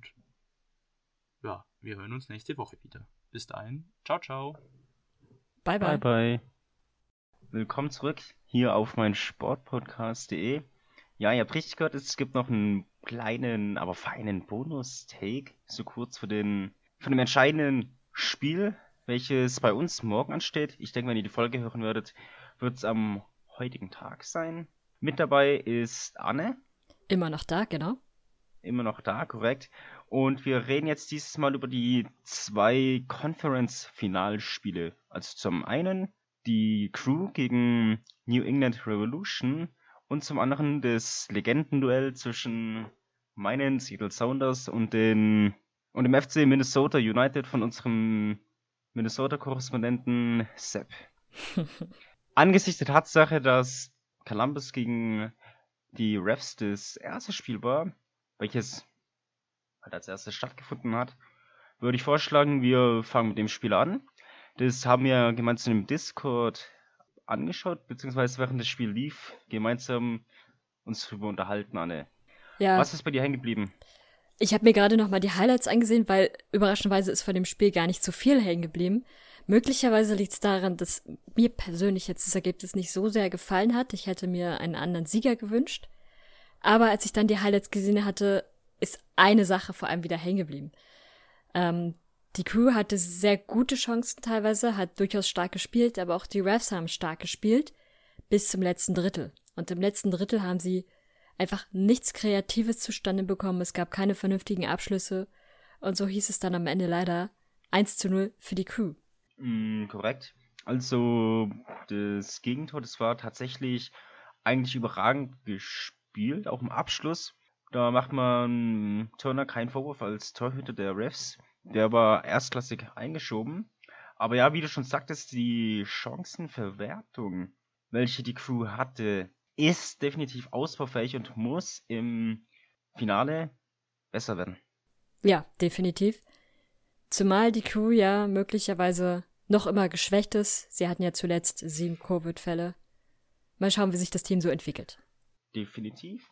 ja, wir hören uns nächste Woche wieder. Bis dahin, ciao, ciao. Bye, bye. Bye, bye. Willkommen zurück hier auf mein Sportpodcast punkt de. Ja, ihr habt richtig gehört, es gibt noch einen kleinen, aber feinen Bonus-Take, so kurz für den, für dem entscheidenden Spiel, welches bei uns morgen ansteht. Ich denke, wenn ihr die Folge hören werdet, wird es am heutigen Tag sein. Mit dabei ist Anne, Immer noch da, genau. immer noch da, korrekt. Und wir reden jetzt dieses Mal über die zwei Conference-Finalspiele. Also zum einen die Crew gegen New England Revolution und zum anderen das Legendenduell zwischen meinen Seattle Sounders und den und dem F C Minnesota United von unserem Minnesota-Korrespondenten Sepp. Angesichts der Tatsache, dass Columbus gegen die Refs das erste Spiel war, welches halt als erstes stattgefunden hat, würde ich vorschlagen, wir fangen mit dem Spiel an. Das haben wir gemeinsam im Discord angeschaut, beziehungsweise während das Spiel lief, gemeinsam uns darüber unterhalten, Anne. Ja, Was ist bei dir hängen geblieben? ich habe mir gerade noch mal die Highlights angesehen, weil überraschenderweise ist von dem Spiel gar nicht so viel hängen geblieben. Möglicherweise liegt es daran, dass mir persönlich jetzt das Ergebnis nicht so sehr gefallen hat. Ich hätte mir einen anderen Sieger gewünscht. Aber als ich dann die Highlights gesehen hatte, ist eine Sache vor allem wieder hängen geblieben. Ähm, die Crew hatte sehr gute Chancen teilweise, hat durchaus stark gespielt, aber auch die Refs haben stark gespielt bis zum letzten Drittel. Und im letzten Drittel haben sie einfach nichts Kreatives zustande bekommen. Es gab keine vernünftigen Abschlüsse. Und so hieß es dann am Ende leider eins zu null für die Crew. Mm, korrekt. Also das Gegentor, das war tatsächlich eigentlich überragend gespielt, auch im Abschluss. Da macht man Turner keinen Vorwurf als Torhüter der Refs. Der war erstklassig eingeschoben. Aber ja, wie du schon sagtest, die Chancenverwertung, welche die Crew hatte, ist definitiv ausbaufähig und muss im Finale besser werden. Ja, definitiv. Zumal die Crew ja möglicherweise noch immer geschwächt ist. Sie hatten ja zuletzt sieben Covid-Fälle. Mal schauen, wie sich das Team so entwickelt. Definitiv.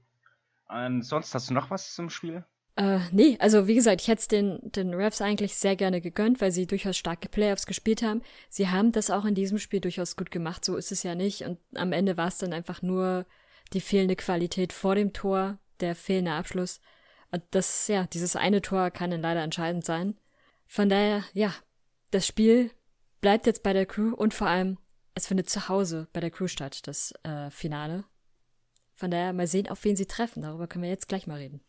Ansonsten hast du noch was zum Spiel? Äh, nee, also wie gesagt, ich hätte es den, den Refs eigentlich sehr gerne gegönnt, weil sie durchaus starke Playoffs gespielt haben. Sie haben das auch in diesem Spiel durchaus gut gemacht, so ist es ja nicht. Und am Ende war es dann einfach nur die fehlende Qualität vor dem Tor, der fehlende Abschluss. Und das, ja, dieses eine Tor kann dann leider entscheidend sein. Von daher, ja, das Spiel bleibt jetzt bei der Crew und vor allem, es findet zu Hause bei der Crew statt, das äh, Finale. Von daher mal sehen, auf wen sie treffen. Darüber können wir jetzt gleich mal reden.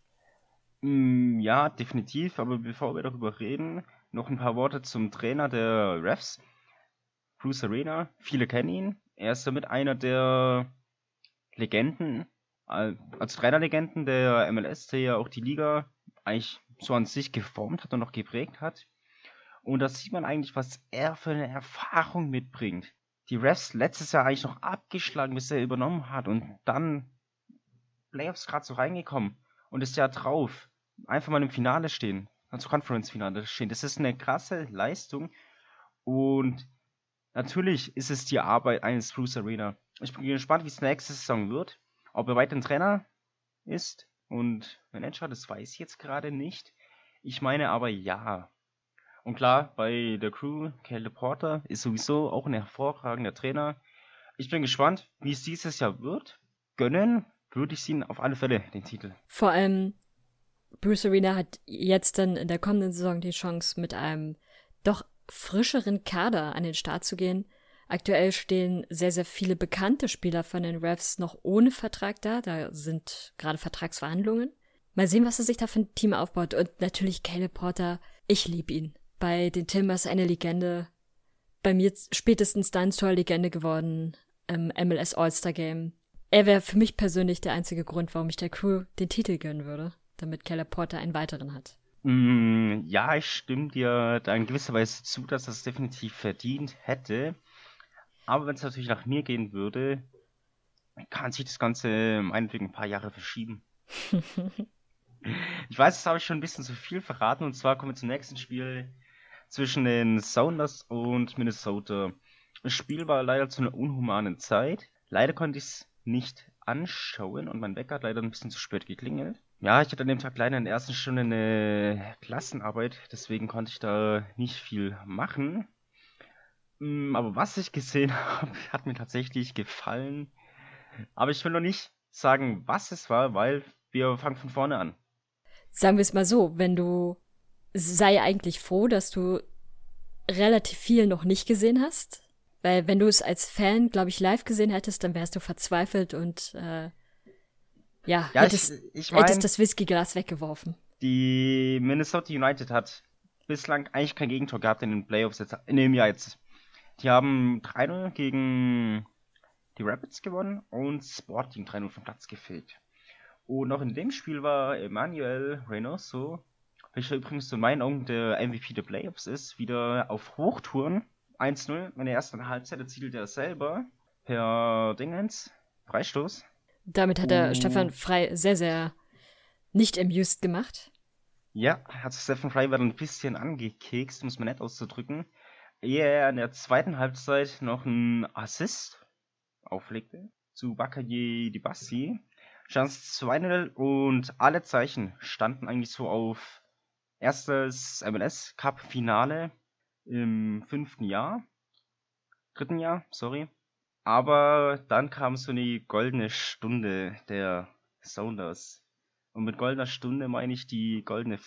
Mm, ja, definitiv. Aber bevor wir darüber reden, noch ein paar Worte zum Trainer der Refs. Bruce Arena. Viele kennen ihn. Er ist damit einer der Legenden, als Trainerlegenden der M L S, der ja auch die Liga eigentlich so an sich geformt hat und noch geprägt hat. Und da sieht man eigentlich, was er für eine Erfahrung mitbringt. Die Refs letztes Jahr eigentlich noch abgeschlagen, bis er übernommen hat und dann Playoffs gerade so reingekommen und das Jahr drauf einfach mal im Finale stehen, also Conference-Finale stehen. Das ist eine krasse Leistung und natürlich ist es die Arbeit eines Bruce Arena. Ich bin gespannt, wie es nächste Saison wird, ob er weiterhin Trainer ist und Manager, das weiß ich jetzt gerade nicht. Ich meine aber ja. Und klar, bei der Crew, Caleb Porter ist sowieso auch ein hervorragender Trainer. Ich bin gespannt, wie es dieses Jahr wird. Gönnen würde ich ihnen auf alle Fälle den Titel. Vor allem, Bruce Arena hat jetzt dann in der kommenden Saison die Chance, mit einem doch frischeren Kader an den Start zu gehen. Aktuell stehen sehr, sehr viele bekannte Spieler von den Refs noch ohne Vertrag da. Da sind gerade Vertragsverhandlungen. Mal sehen, was er sich da für ein Team aufbaut. Und natürlich Caleb Porter, ich liebe ihn. Bei den Timbers eine Legende. Bei mir spätestens dann zur Legende geworden im M L S All-Star Game. Er wäre für mich persönlich der einzige Grund, warum ich der Crew den Titel gönnen würde, damit Caleb Porter einen weiteren hat. Mm, ja, ich stimme dir da in gewisser Weise zu, dass er es definitiv verdient hätte. Aber wenn es natürlich nach mir gehen würde, kann sich das Ganze meinetwegen ein paar Jahre verschieben. Ich weiß, das habe ich schon ein bisschen zu viel verraten. Und zwar kommen wir zum nächsten Spiel zwischen den Sounders und Minnesota. Das Spiel war leider zu einer unhumanen Zeit. Leider konnte ich es nicht anschauen und mein Wecker hat leider ein bisschen zu spät geklingelt. Ja, ich hatte an dem Tag leider in der ersten Stunde eine Klassenarbeit, deswegen konnte ich da nicht viel machen. Aber was ich gesehen habe, hat mir tatsächlich gefallen. Aber ich will noch nicht sagen, was es war, weil wir fangen von vorne an. Sagen wir es mal so, wenn du, sei eigentlich froh, dass du relativ viel noch nicht gesehen hast. Weil wenn du es als Fan, glaube ich, live gesehen hättest, dann wärst du verzweifelt und äh, ja, ja, hättest, ich, ich mein, hättest das Whiskyglas weggeworfen. Die Minnesota United hat bislang eigentlich kein Gegentor gehabt in den Playoffs jetzt, in dem Jahr jetzt. Die haben drei null gegen die Rapids gewonnen und Sporting drei null vom Platz gefegt. Und noch in dem Spiel war Emmanuel Reynoso, welcher übrigens in meinen Augen der M V P der Playoffs ist, wieder auf Hochtouren. eins null, in der ersten Halbzeit erzielte er selber per Dingens, Freistoß. Damit hat er Oh. Stefan Frei sehr, sehr nicht amused gemacht. Ja, hat Stefan Frei war ein bisschen angekekst, muss man nett auszudrücken. Ehe er in der zweiten Halbzeit noch einen Assist auflegte zu Bakaye Dibassi. Stand es zwei null und alle Zeichen standen eigentlich so auf erstes M L S-Cup-Finale im fünften Jahr. Dritten Jahr, sorry. Aber dann kam so eine goldene Stunde der Sounders. Und mit goldener Stunde meine ich die goldene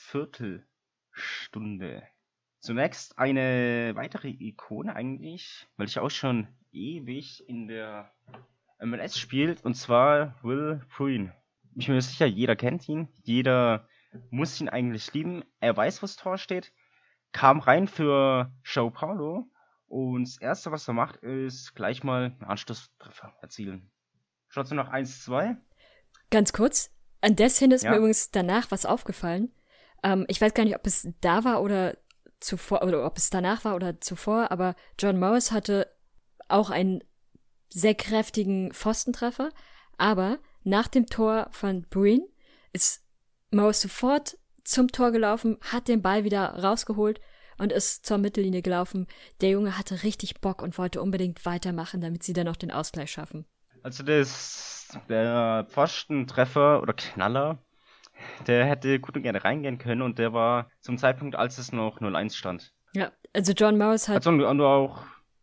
Viertelstunde. Zunächst eine weitere Ikone eigentlich, weil ich auch schon ewig in der M L S spielt, und zwar Will Bruin. Ich bin mir sicher, jeder kennt ihn, jeder muss ihn eigentlich lieben. Er weiß, wo das Tor steht. kam rein für João Paulo und das Erste, was er macht, ist gleich mal einen Anschlusstreffer erzielen. Schaut noch eins zwei. Ganz kurz, an der Szene ist Ja. mir übrigens danach was aufgefallen. Ähm, ich weiß gar nicht, ob es da war oder zuvor, oder ob es danach war oder zuvor, aber John Morris hatte auch einen sehr kräftigen Pfostentreffer, aber nach dem Tor von Bruin ist Morris sofort zum Tor gelaufen, hat den Ball wieder rausgeholt und ist zur Mittellinie gelaufen. Der Junge hatte richtig Bock und wollte unbedingt weitermachen, damit sie dann noch den Ausgleich schaffen. Also das, der Pfostentreffer oder Knaller, der hätte gut und gerne reingehen können und der war zum Zeitpunkt, als es noch null eins stand. Ja, also John Morris hat, Also und, und auch,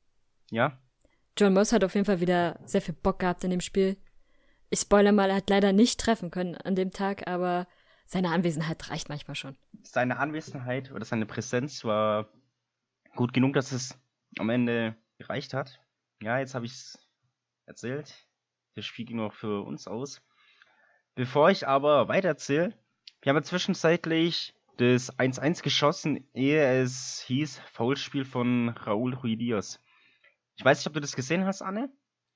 ja, John Morris hat auf jeden Fall wieder sehr viel Bock gehabt in dem Spiel. Ich spoilere mal, er hat leider nicht treffen können an dem Tag, aber seine Anwesenheit reicht manchmal schon. seine Anwesenheit oder seine Präsenz war gut genug, dass es am Ende gereicht hat. Ja, jetzt habe ich es erzählt. Das Spiel ging auch für uns aus. Bevor ich aber weiter erzähle, wir haben ja zwischenzeitlich das eins eins geschossen, ehe es hieß Foulspiel von Raúl Ruidíaz. Ich weiß nicht, ob du das gesehen hast, Anne.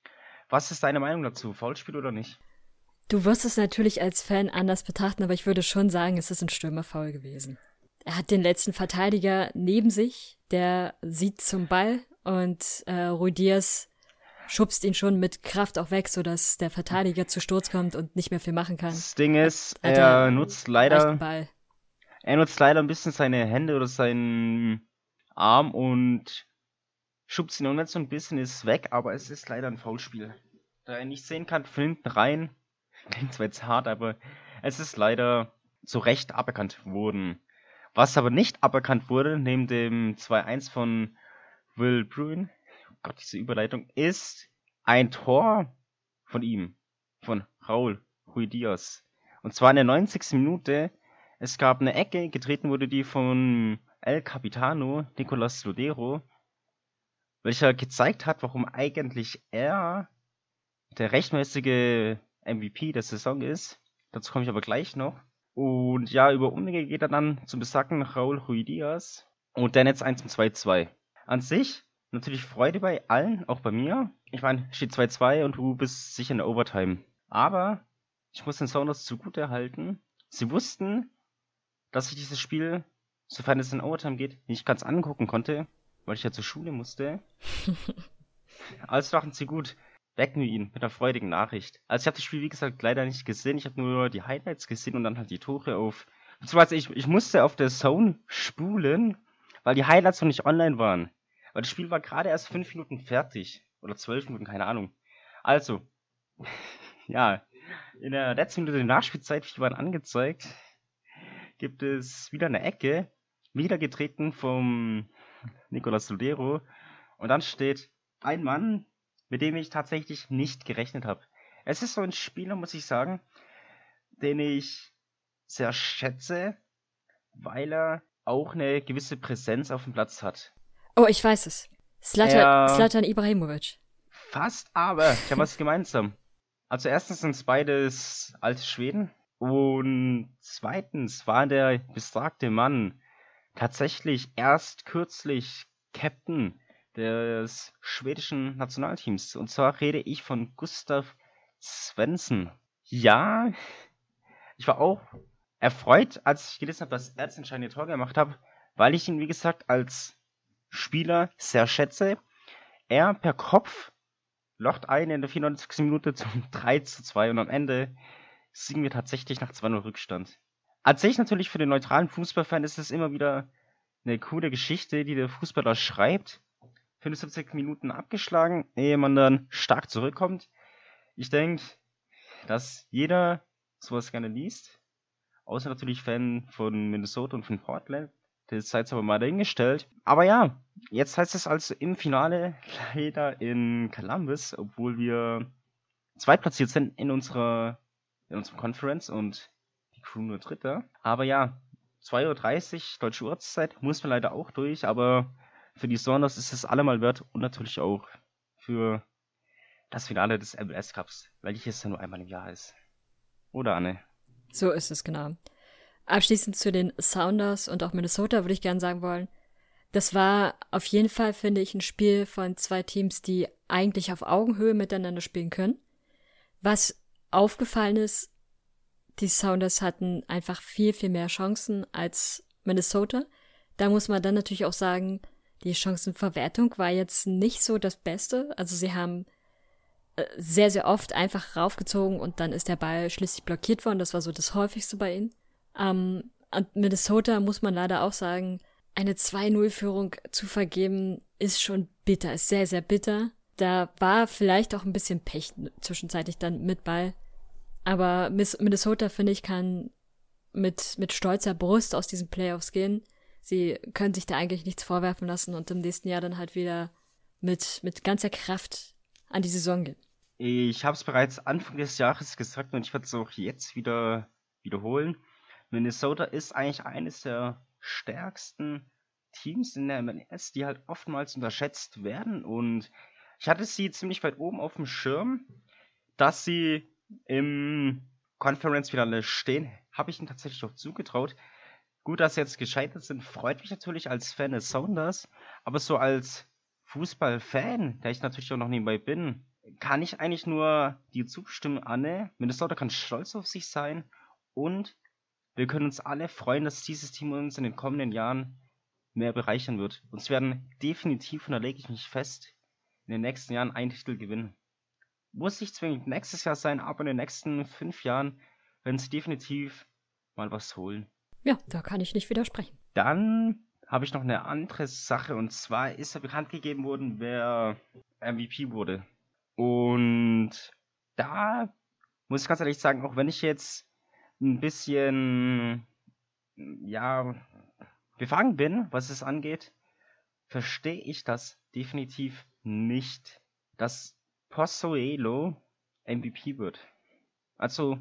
Was ist deine Meinung dazu? Foulspiel oder nicht? Du wirst es natürlich als Fan anders betrachten, aber ich würde schon sagen, es ist ein Stürmerfoul gewesen. Er hat den letzten Verteidiger neben sich, der sieht zum Ball und äh, Ruidíaz schubst ihn schon mit Kraft auch weg, sodass der Verteidiger zu Sturz kommt und nicht mehr viel machen kann. Das Ding ist, Hat er er nutzt Reicht leider den Ball. Er nutzt leider ein bisschen seine Hände oder seinen Arm und schubst ihn noch nicht so ein bisschen, ist weg, aber es ist leider ein Foulspiel. Da er nicht sehen kann, von hinten rein, klingt zwar jetzt hart, aber es ist leider zu Recht aberkannt worden. Was aber nicht aberkannt wurde, neben dem zwei eins von Will Bruin, oh Gott, diese Überleitung, ist ein Tor von ihm, von Raúl Ruidíaz. Und zwar in der neunzigsten Minute. Es gab eine Ecke, getreten wurde die von El Capitano, Nicolás Lodeiro, welcher gezeigt hat, warum eigentlich er der rechtmäßige M V P der Saison ist. Dazu komme ich aber gleich noch. Und ja, über Umwege geht er dann zum besagten Raúl Ruidíaz und dann jetzt eins zum zwei zwei. An sich natürlich Freude bei allen, auch bei mir. Ich meine, steht zwei zwei und du bist sicher in der Overtime. Aber ich muss den Sounders zugute halten. Sie wussten, dass ich dieses Spiel, sofern es in Overtime geht, nicht ganz angucken konnte, weil ich ja zur Schule musste. Also dachten sie, gut, wecken wir ihn mit einer freudigen Nachricht. Also ich habe das Spiel, wie gesagt, leider nicht gesehen. Ich habe nur die Highlights gesehen und dann halt die Tore auf... Beziehungsweise ich, ich musste auf der Zone spulen, weil die Highlights noch nicht online waren. Weil das Spiel war gerade erst fünf Minuten fertig. Oder zwölf Minuten, keine Ahnung. Also, ja, in der letzten Minute der Nachspielzeit, wie waren angezeigt, gibt es wieder eine Ecke, wieder getreten vom Nicolás Lodeiro. Und dann steht ein Mann, mit dem ich tatsächlich nicht gerechnet habe. Es ist so ein Spieler, muss ich sagen, den ich sehr schätze, weil er auch eine gewisse Präsenz auf dem Platz hat. Oh, ich weiß es. Zlatan, Er- Zlatan Ibrahimovic. Fast, aber ich habe was gemeinsam. Also erstens sind es beides alte Schweden und zweitens war der besagte Mann tatsächlich erst kürzlich Captain des schwedischen Nationalteams. Und zwar rede ich von Gustav Svensson. Ja, ich war auch erfreut, als ich gelesen habe, dass er das entscheidende Tor gemacht hat, weil ich ihn, wie gesagt, als Spieler sehr schätze. Er per Kopf locht ein in der vierundneunzigsten Minute zum drei zu zwei und am Ende siegen wir tatsächlich nach zwei null Rückstand. An sich natürlich für den neutralen Fußballfan ist es immer wieder eine coole Geschichte, die der Fußballer schreibt. fünfundsiebzig Minuten abgeschlagen, ehe man dann stark zurückkommt. Ich denke, dass jeder sowas gerne liest. Außer natürlich Fan von Minnesota und von Portland. Das sei jetzt aber mal dahingestellt. Aber ja, jetzt heißt es also im Finale leider in Columbus, obwohl wir zweitplatziert sind in unserer in unserer Conference und die Crew nur Dritter. Aber ja, zwei Uhr dreißig deutsche Uhrzeit muss man leider auch durch, aber für die Sounders ist es allemal wert und natürlich auch für das Finale des M L S Cups, welches ja nur einmal im Jahr ist. Oder, Anne? So ist es, genau. Abschließend zu den Sounders und auch Minnesota würde ich gerne sagen wollen, Das war auf jeden Fall, finde ich, ein Spiel von zwei Teams, die eigentlich auf Augenhöhe miteinander spielen können. Was aufgefallen ist, die Sounders hatten einfach viel, viel mehr Chancen als Minnesota. Da muss man dann natürlich auch sagen, die Chancenverwertung war jetzt nicht so das Beste. Also sie haben sehr, sehr oft einfach raufgezogen und dann ist der Ball schließlich blockiert worden. Das war so das häufigste bei ihnen. Ähm, und Minnesota muss man leider auch sagen, eine zwei null Führung zu vergeben, ist schon bitter, ist sehr, sehr bitter. Da war vielleicht auch ein bisschen Pech zwischenzeitlich dann mit bei. Aber Minnesota, finde ich, kann mit, mit stolzer Brust aus diesen Playoffs gehen. Sie können sich da eigentlich nichts vorwerfen lassen und im nächsten Jahr dann halt wieder mit, mit ganzer Kraft an die Saison gehen. Ich habe es bereits Anfang des Jahres gesagt und ich werde es auch jetzt wieder wiederholen. Minnesota ist eigentlich eines der stärksten Teams in der M L S, die halt oftmals unterschätzt werden. Und ich hatte sie ziemlich weit oben auf dem Schirm, dass sie im Conference-Finale stehen, habe ich ihnen tatsächlich auch zugetraut. Gut, dass sie jetzt gescheitert sind, freut mich natürlich als Fan des Sounders, aber so als Fußballfan, der ich natürlich auch noch nebenbei bin, kann ich eigentlich nur dir zustimmen, Anne. Minnesota kann stolz auf sich sein und wir können uns alle freuen, dass dieses Team uns in den kommenden Jahren mehr bereichern wird. Und sie werden definitiv, und da lege ich mich fest, in den nächsten Jahren einen Titel gewinnen. Muss nicht zwingend nächstes Jahr sein, aber in den nächsten fünf Jahren werden sie definitiv mal was holen. Ja, da kann ich nicht widersprechen. Dann habe ich noch eine andere Sache, und zwar ist ja bekannt gegeben worden, wer M V P wurde. Und da muss ich ganz ehrlich sagen, auch wenn ich jetzt ein bisschen, ja, befangen bin, was es angeht, verstehe ich das definitiv nicht, dass Pozuelo M V P wird. Also,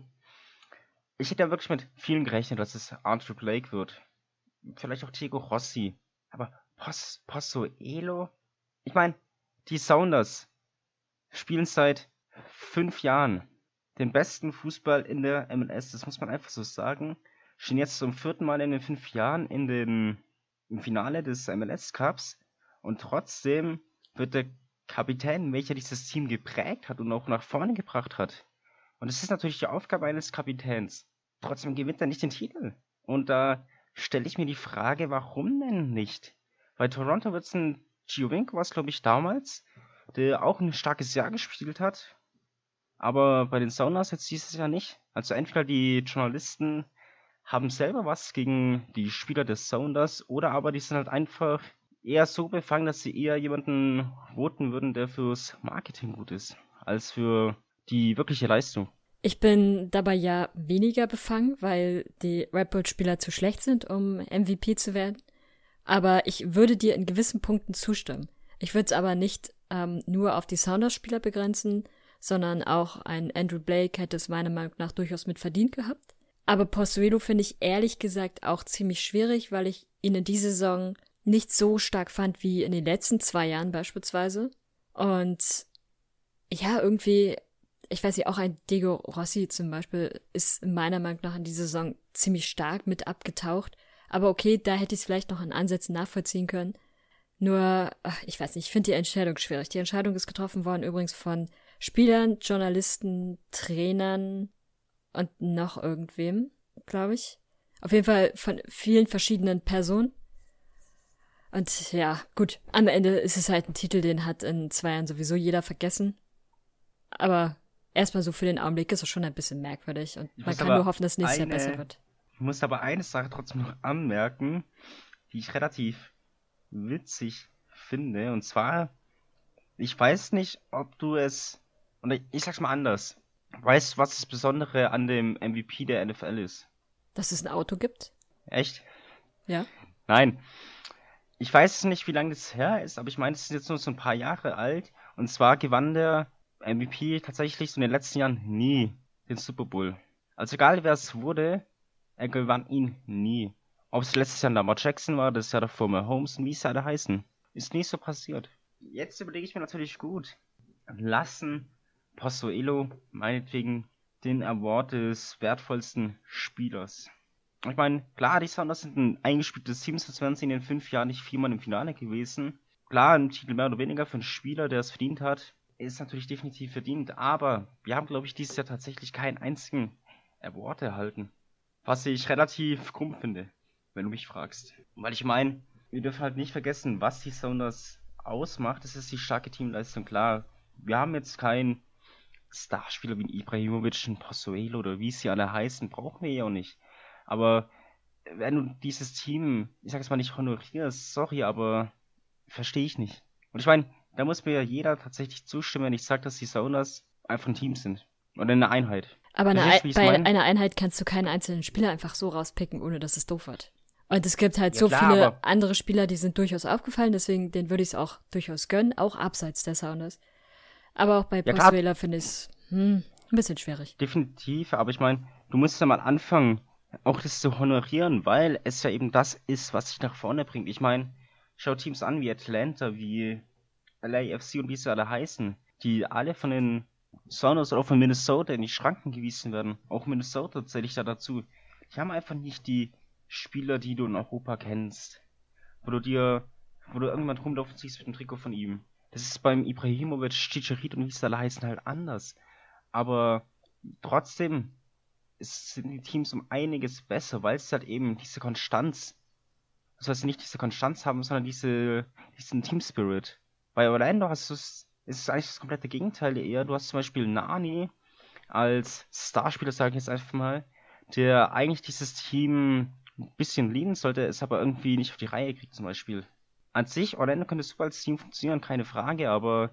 ich hätte ja wirklich mit vielen gerechnet, dass es Andrew Blake wird. Vielleicht auch Diego Rossi. Aber Pos- Pozuelo? Ich meine, die Sounders spielen seit fünf Jahren den besten Fußball in der M L S. Das muss man einfach so sagen. Stehen jetzt zum vierten Mal in den fünf Jahren in den, im Finale des M L S Cups. Und trotzdem wird der Kapitän, welcher dieses Team geprägt hat und auch nach vorne gebracht hat. Und es ist natürlich die Aufgabe eines Kapitäns. Trotzdem gewinnt er nicht den Titel. Und da stelle ich mir die Frage, warum denn nicht? Bei Toronto wird es ein Gio-Wink, was glaube ich damals, der auch ein starkes Jahr gespielt hat. Aber bei den Sounders jetzt dieses Jahr nicht. Also entweder die Journalisten haben selber was gegen die Spieler des Sounders oder aber die sind halt einfach eher so befangen, dass sie eher jemanden voten würden, der fürs Marketing gut ist, als für die wirkliche Leistung. Ich bin dabei ja weniger befangen, weil die Red Bull-Spieler zu schlecht sind, um M V P zu werden. Aber ich würde dir in gewissen Punkten zustimmen. Ich würde es aber nicht ähm, nur auf die Sounders-Spieler begrenzen, sondern auch ein Andrew Blake hätte es meiner Meinung nach durchaus mit verdient gehabt. Aber Pozuelo finde ich ehrlich gesagt auch ziemlich schwierig, weil ich ihn in dieser Saison nicht so stark fand wie in den letzten zwei Jahren beispielsweise. Und ja, irgendwie, ich weiß nicht, auch ein Diego Rossi zum Beispiel ist meiner Meinung nach in dieser Saison ziemlich stark mit abgetaucht. Aber okay, da hätte ich es vielleicht noch an Ansätzen nachvollziehen können. Nur, ach, ich weiß nicht, ich finde die Entscheidung schwierig. Die Entscheidung ist getroffen worden übrigens von Spielern, Journalisten, Trainern und noch irgendwem, glaube ich. Auf jeden Fall von vielen verschiedenen Personen. Und ja, gut, am Ende ist es halt ein Titel, den hat in zwei Jahren sowieso jeder vergessen. Aber erstmal so für den Augenblick ist es schon ein bisschen merkwürdig und Ich man muss kann aber nur hoffen, dass nächstes Jahr eine- besser wird. Ich muss aber eine Sache trotzdem noch anmerken, die ich relativ witzig finde. Und zwar, ich weiß nicht, ob du es, und ich, ich sag's mal anders, weißt du, was das Besondere an dem M V P der N F L ist? Dass es ein Auto gibt? Echt? Ja. Nein. Ich weiß nicht, wie lange das her ist, aber ich meine, es ist jetzt nur so ein paar Jahre alt. Und zwar gewann der M V P tatsächlich so in den letzten Jahren nie den Super Bowl. Also egal wer es wurde, er gewann ihn nie. Ob es letztes Jahr Lamar Jackson war, das Jahr davor Mahomes und wie es alle heißen. Ist nie so passiert. Jetzt überlege ich mir natürlich gut. Lassen Pozuelo meinetwegen den Award des wertvollsten Spielers Ich meine, klar, die Sounders sind ein eingespieltes Team, sonst wären sie in den fünf Jahren nicht viermal im Finale gewesen. Klar, ein Titel mehr oder weniger für einen Spieler, der es verdient hat, ist natürlich definitiv verdient, aber wir haben, glaube ich, dieses Jahr tatsächlich keinen einzigen Award erhalten. Was ich relativ krumm finde, wenn du mich fragst. Weil ich meine, wir dürfen halt nicht vergessen, was die Sounders ausmacht. Das ist die starke Teamleistung, klar. Wir haben jetzt keinen Starspieler wie ein Ibrahimovic, ein Pozuelo oder wie sie alle heißen, brauchen wir ja auch nicht. Aber wenn du dieses Team, ich sag es mal nicht honorierst, sorry, aber verstehe ich nicht. Und ich meine, da muss mir ja jeder tatsächlich zustimmen, wenn ich sage, dass die Sounders einfach ein Team sind. Oder eine Einheit. Aber eine Ei- bei mein? einer Einheit kannst du keinen einzelnen Spieler einfach so rauspicken, ohne dass es doof wird. Und es gibt halt ja, so klar, viele andere Spieler, die sind durchaus aufgefallen, deswegen denen würde ich es auch durchaus gönnen, auch abseits der Sounders. Aber auch bei ja, Pozuelo finde ich es hm, ein bisschen schwierig. Definitiv, aber ich meine, du musst ja mal anfangen, auch das zu honorieren, weil es ja eben das ist, was dich nach vorne bringt. Ich meine, schau Teams an wie Atlanta, wie L A F C und wie sie alle heißen, die alle von den Sounders oder auch von Minnesota in die Schranken gewiesen werden. Auch Minnesota zähle ich da dazu. Die haben einfach nicht die Spieler, die du in Europa kennst. Wo du dir, wo du irgendwann rumlaufen siehst mit dem Trikot von ihm. Das ist beim Ibrahimovic, Cicerit und wie sie alle heißen halt anders. Aber trotzdem sind die Teams um einiges besser, weil sie halt eben diese Konstanz, das heißt nicht diese Konstanz haben, sondern diese, diesen Team Spirit. Bei Orlando hast du es, ist es eigentlich das komplette Gegenteil eher. Du hast zum Beispiel Nani als Starspieler, sage ich jetzt einfach mal, der eigentlich dieses Team ein bisschen leaden sollte, es aber irgendwie nicht auf die Reihe kriegt zum Beispiel. An sich, Orlando könnte super als Team funktionieren, keine Frage, aber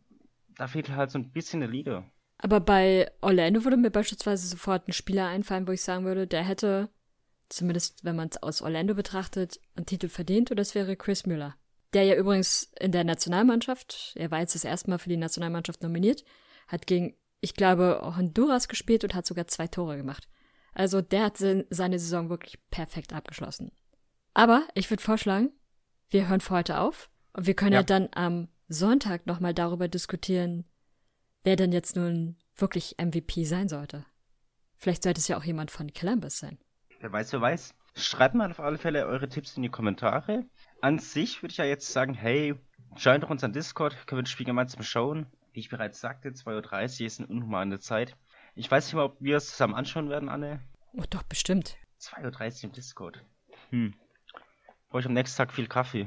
da fehlt halt so ein bisschen der Leader. Aber bei Orlando würde mir beispielsweise sofort ein Spieler einfallen, wo ich sagen würde, der hätte, zumindest wenn man es aus Orlando betrachtet, einen Titel verdient, und das wäre Chris Müller. Der ja übrigens in der Nationalmannschaft, er war jetzt das erste Mal für die Nationalmannschaft nominiert, hat gegen, ich glaube, Honduras gespielt und hat sogar zwei Tore gemacht. Also der hat seine Saison wirklich perfekt abgeschlossen. Aber ich würde vorschlagen, wir hören für heute auf und wir können ja, ja dann am Sonntag nochmal darüber diskutieren, wer denn jetzt nun wirklich M V P sein sollte. Vielleicht sollte es ja auch jemand von Columbus sein. Wer weiß, wer weiß. Schreibt mal auf alle Fälle eure Tipps in die Kommentare. An sich würde ich ja jetzt sagen, hey, joint doch unseren Discord, können wir das Spiel gemeinsam schauen. Wie ich bereits sagte, zwei Uhr dreißig ist eine unhumane Zeit. Ich weiß nicht mal, ob wir es zusammen anschauen werden, Anne. Oh, doch, bestimmt. zwei Uhr dreißig im Discord. Hm. Brauche ich am nächsten Tag viel Kaffee.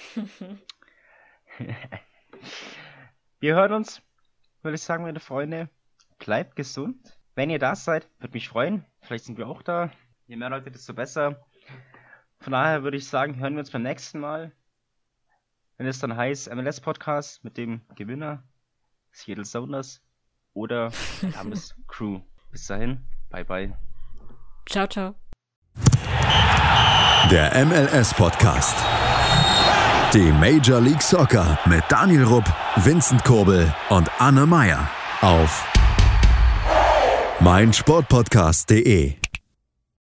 Wir hören uns, würde ich sagen, meine Freunde. Bleibt gesund. Wenn ihr da seid, würde mich freuen. Vielleicht sind wir auch da. Je mehr Leute, desto besser. Von daher würde ich sagen, hören wir uns beim nächsten Mal. Wenn es dann heißt M L S-Podcast mit dem Gewinner Seattle Sounders oder Columbus Crew. Bis dahin, bye bye. Ciao, ciao. Der M L S-Podcast. Die Major League Soccer mit Daniel Rupp, Vincent Kurbel und Anne Meyer auf meinsportpodcast punkt de.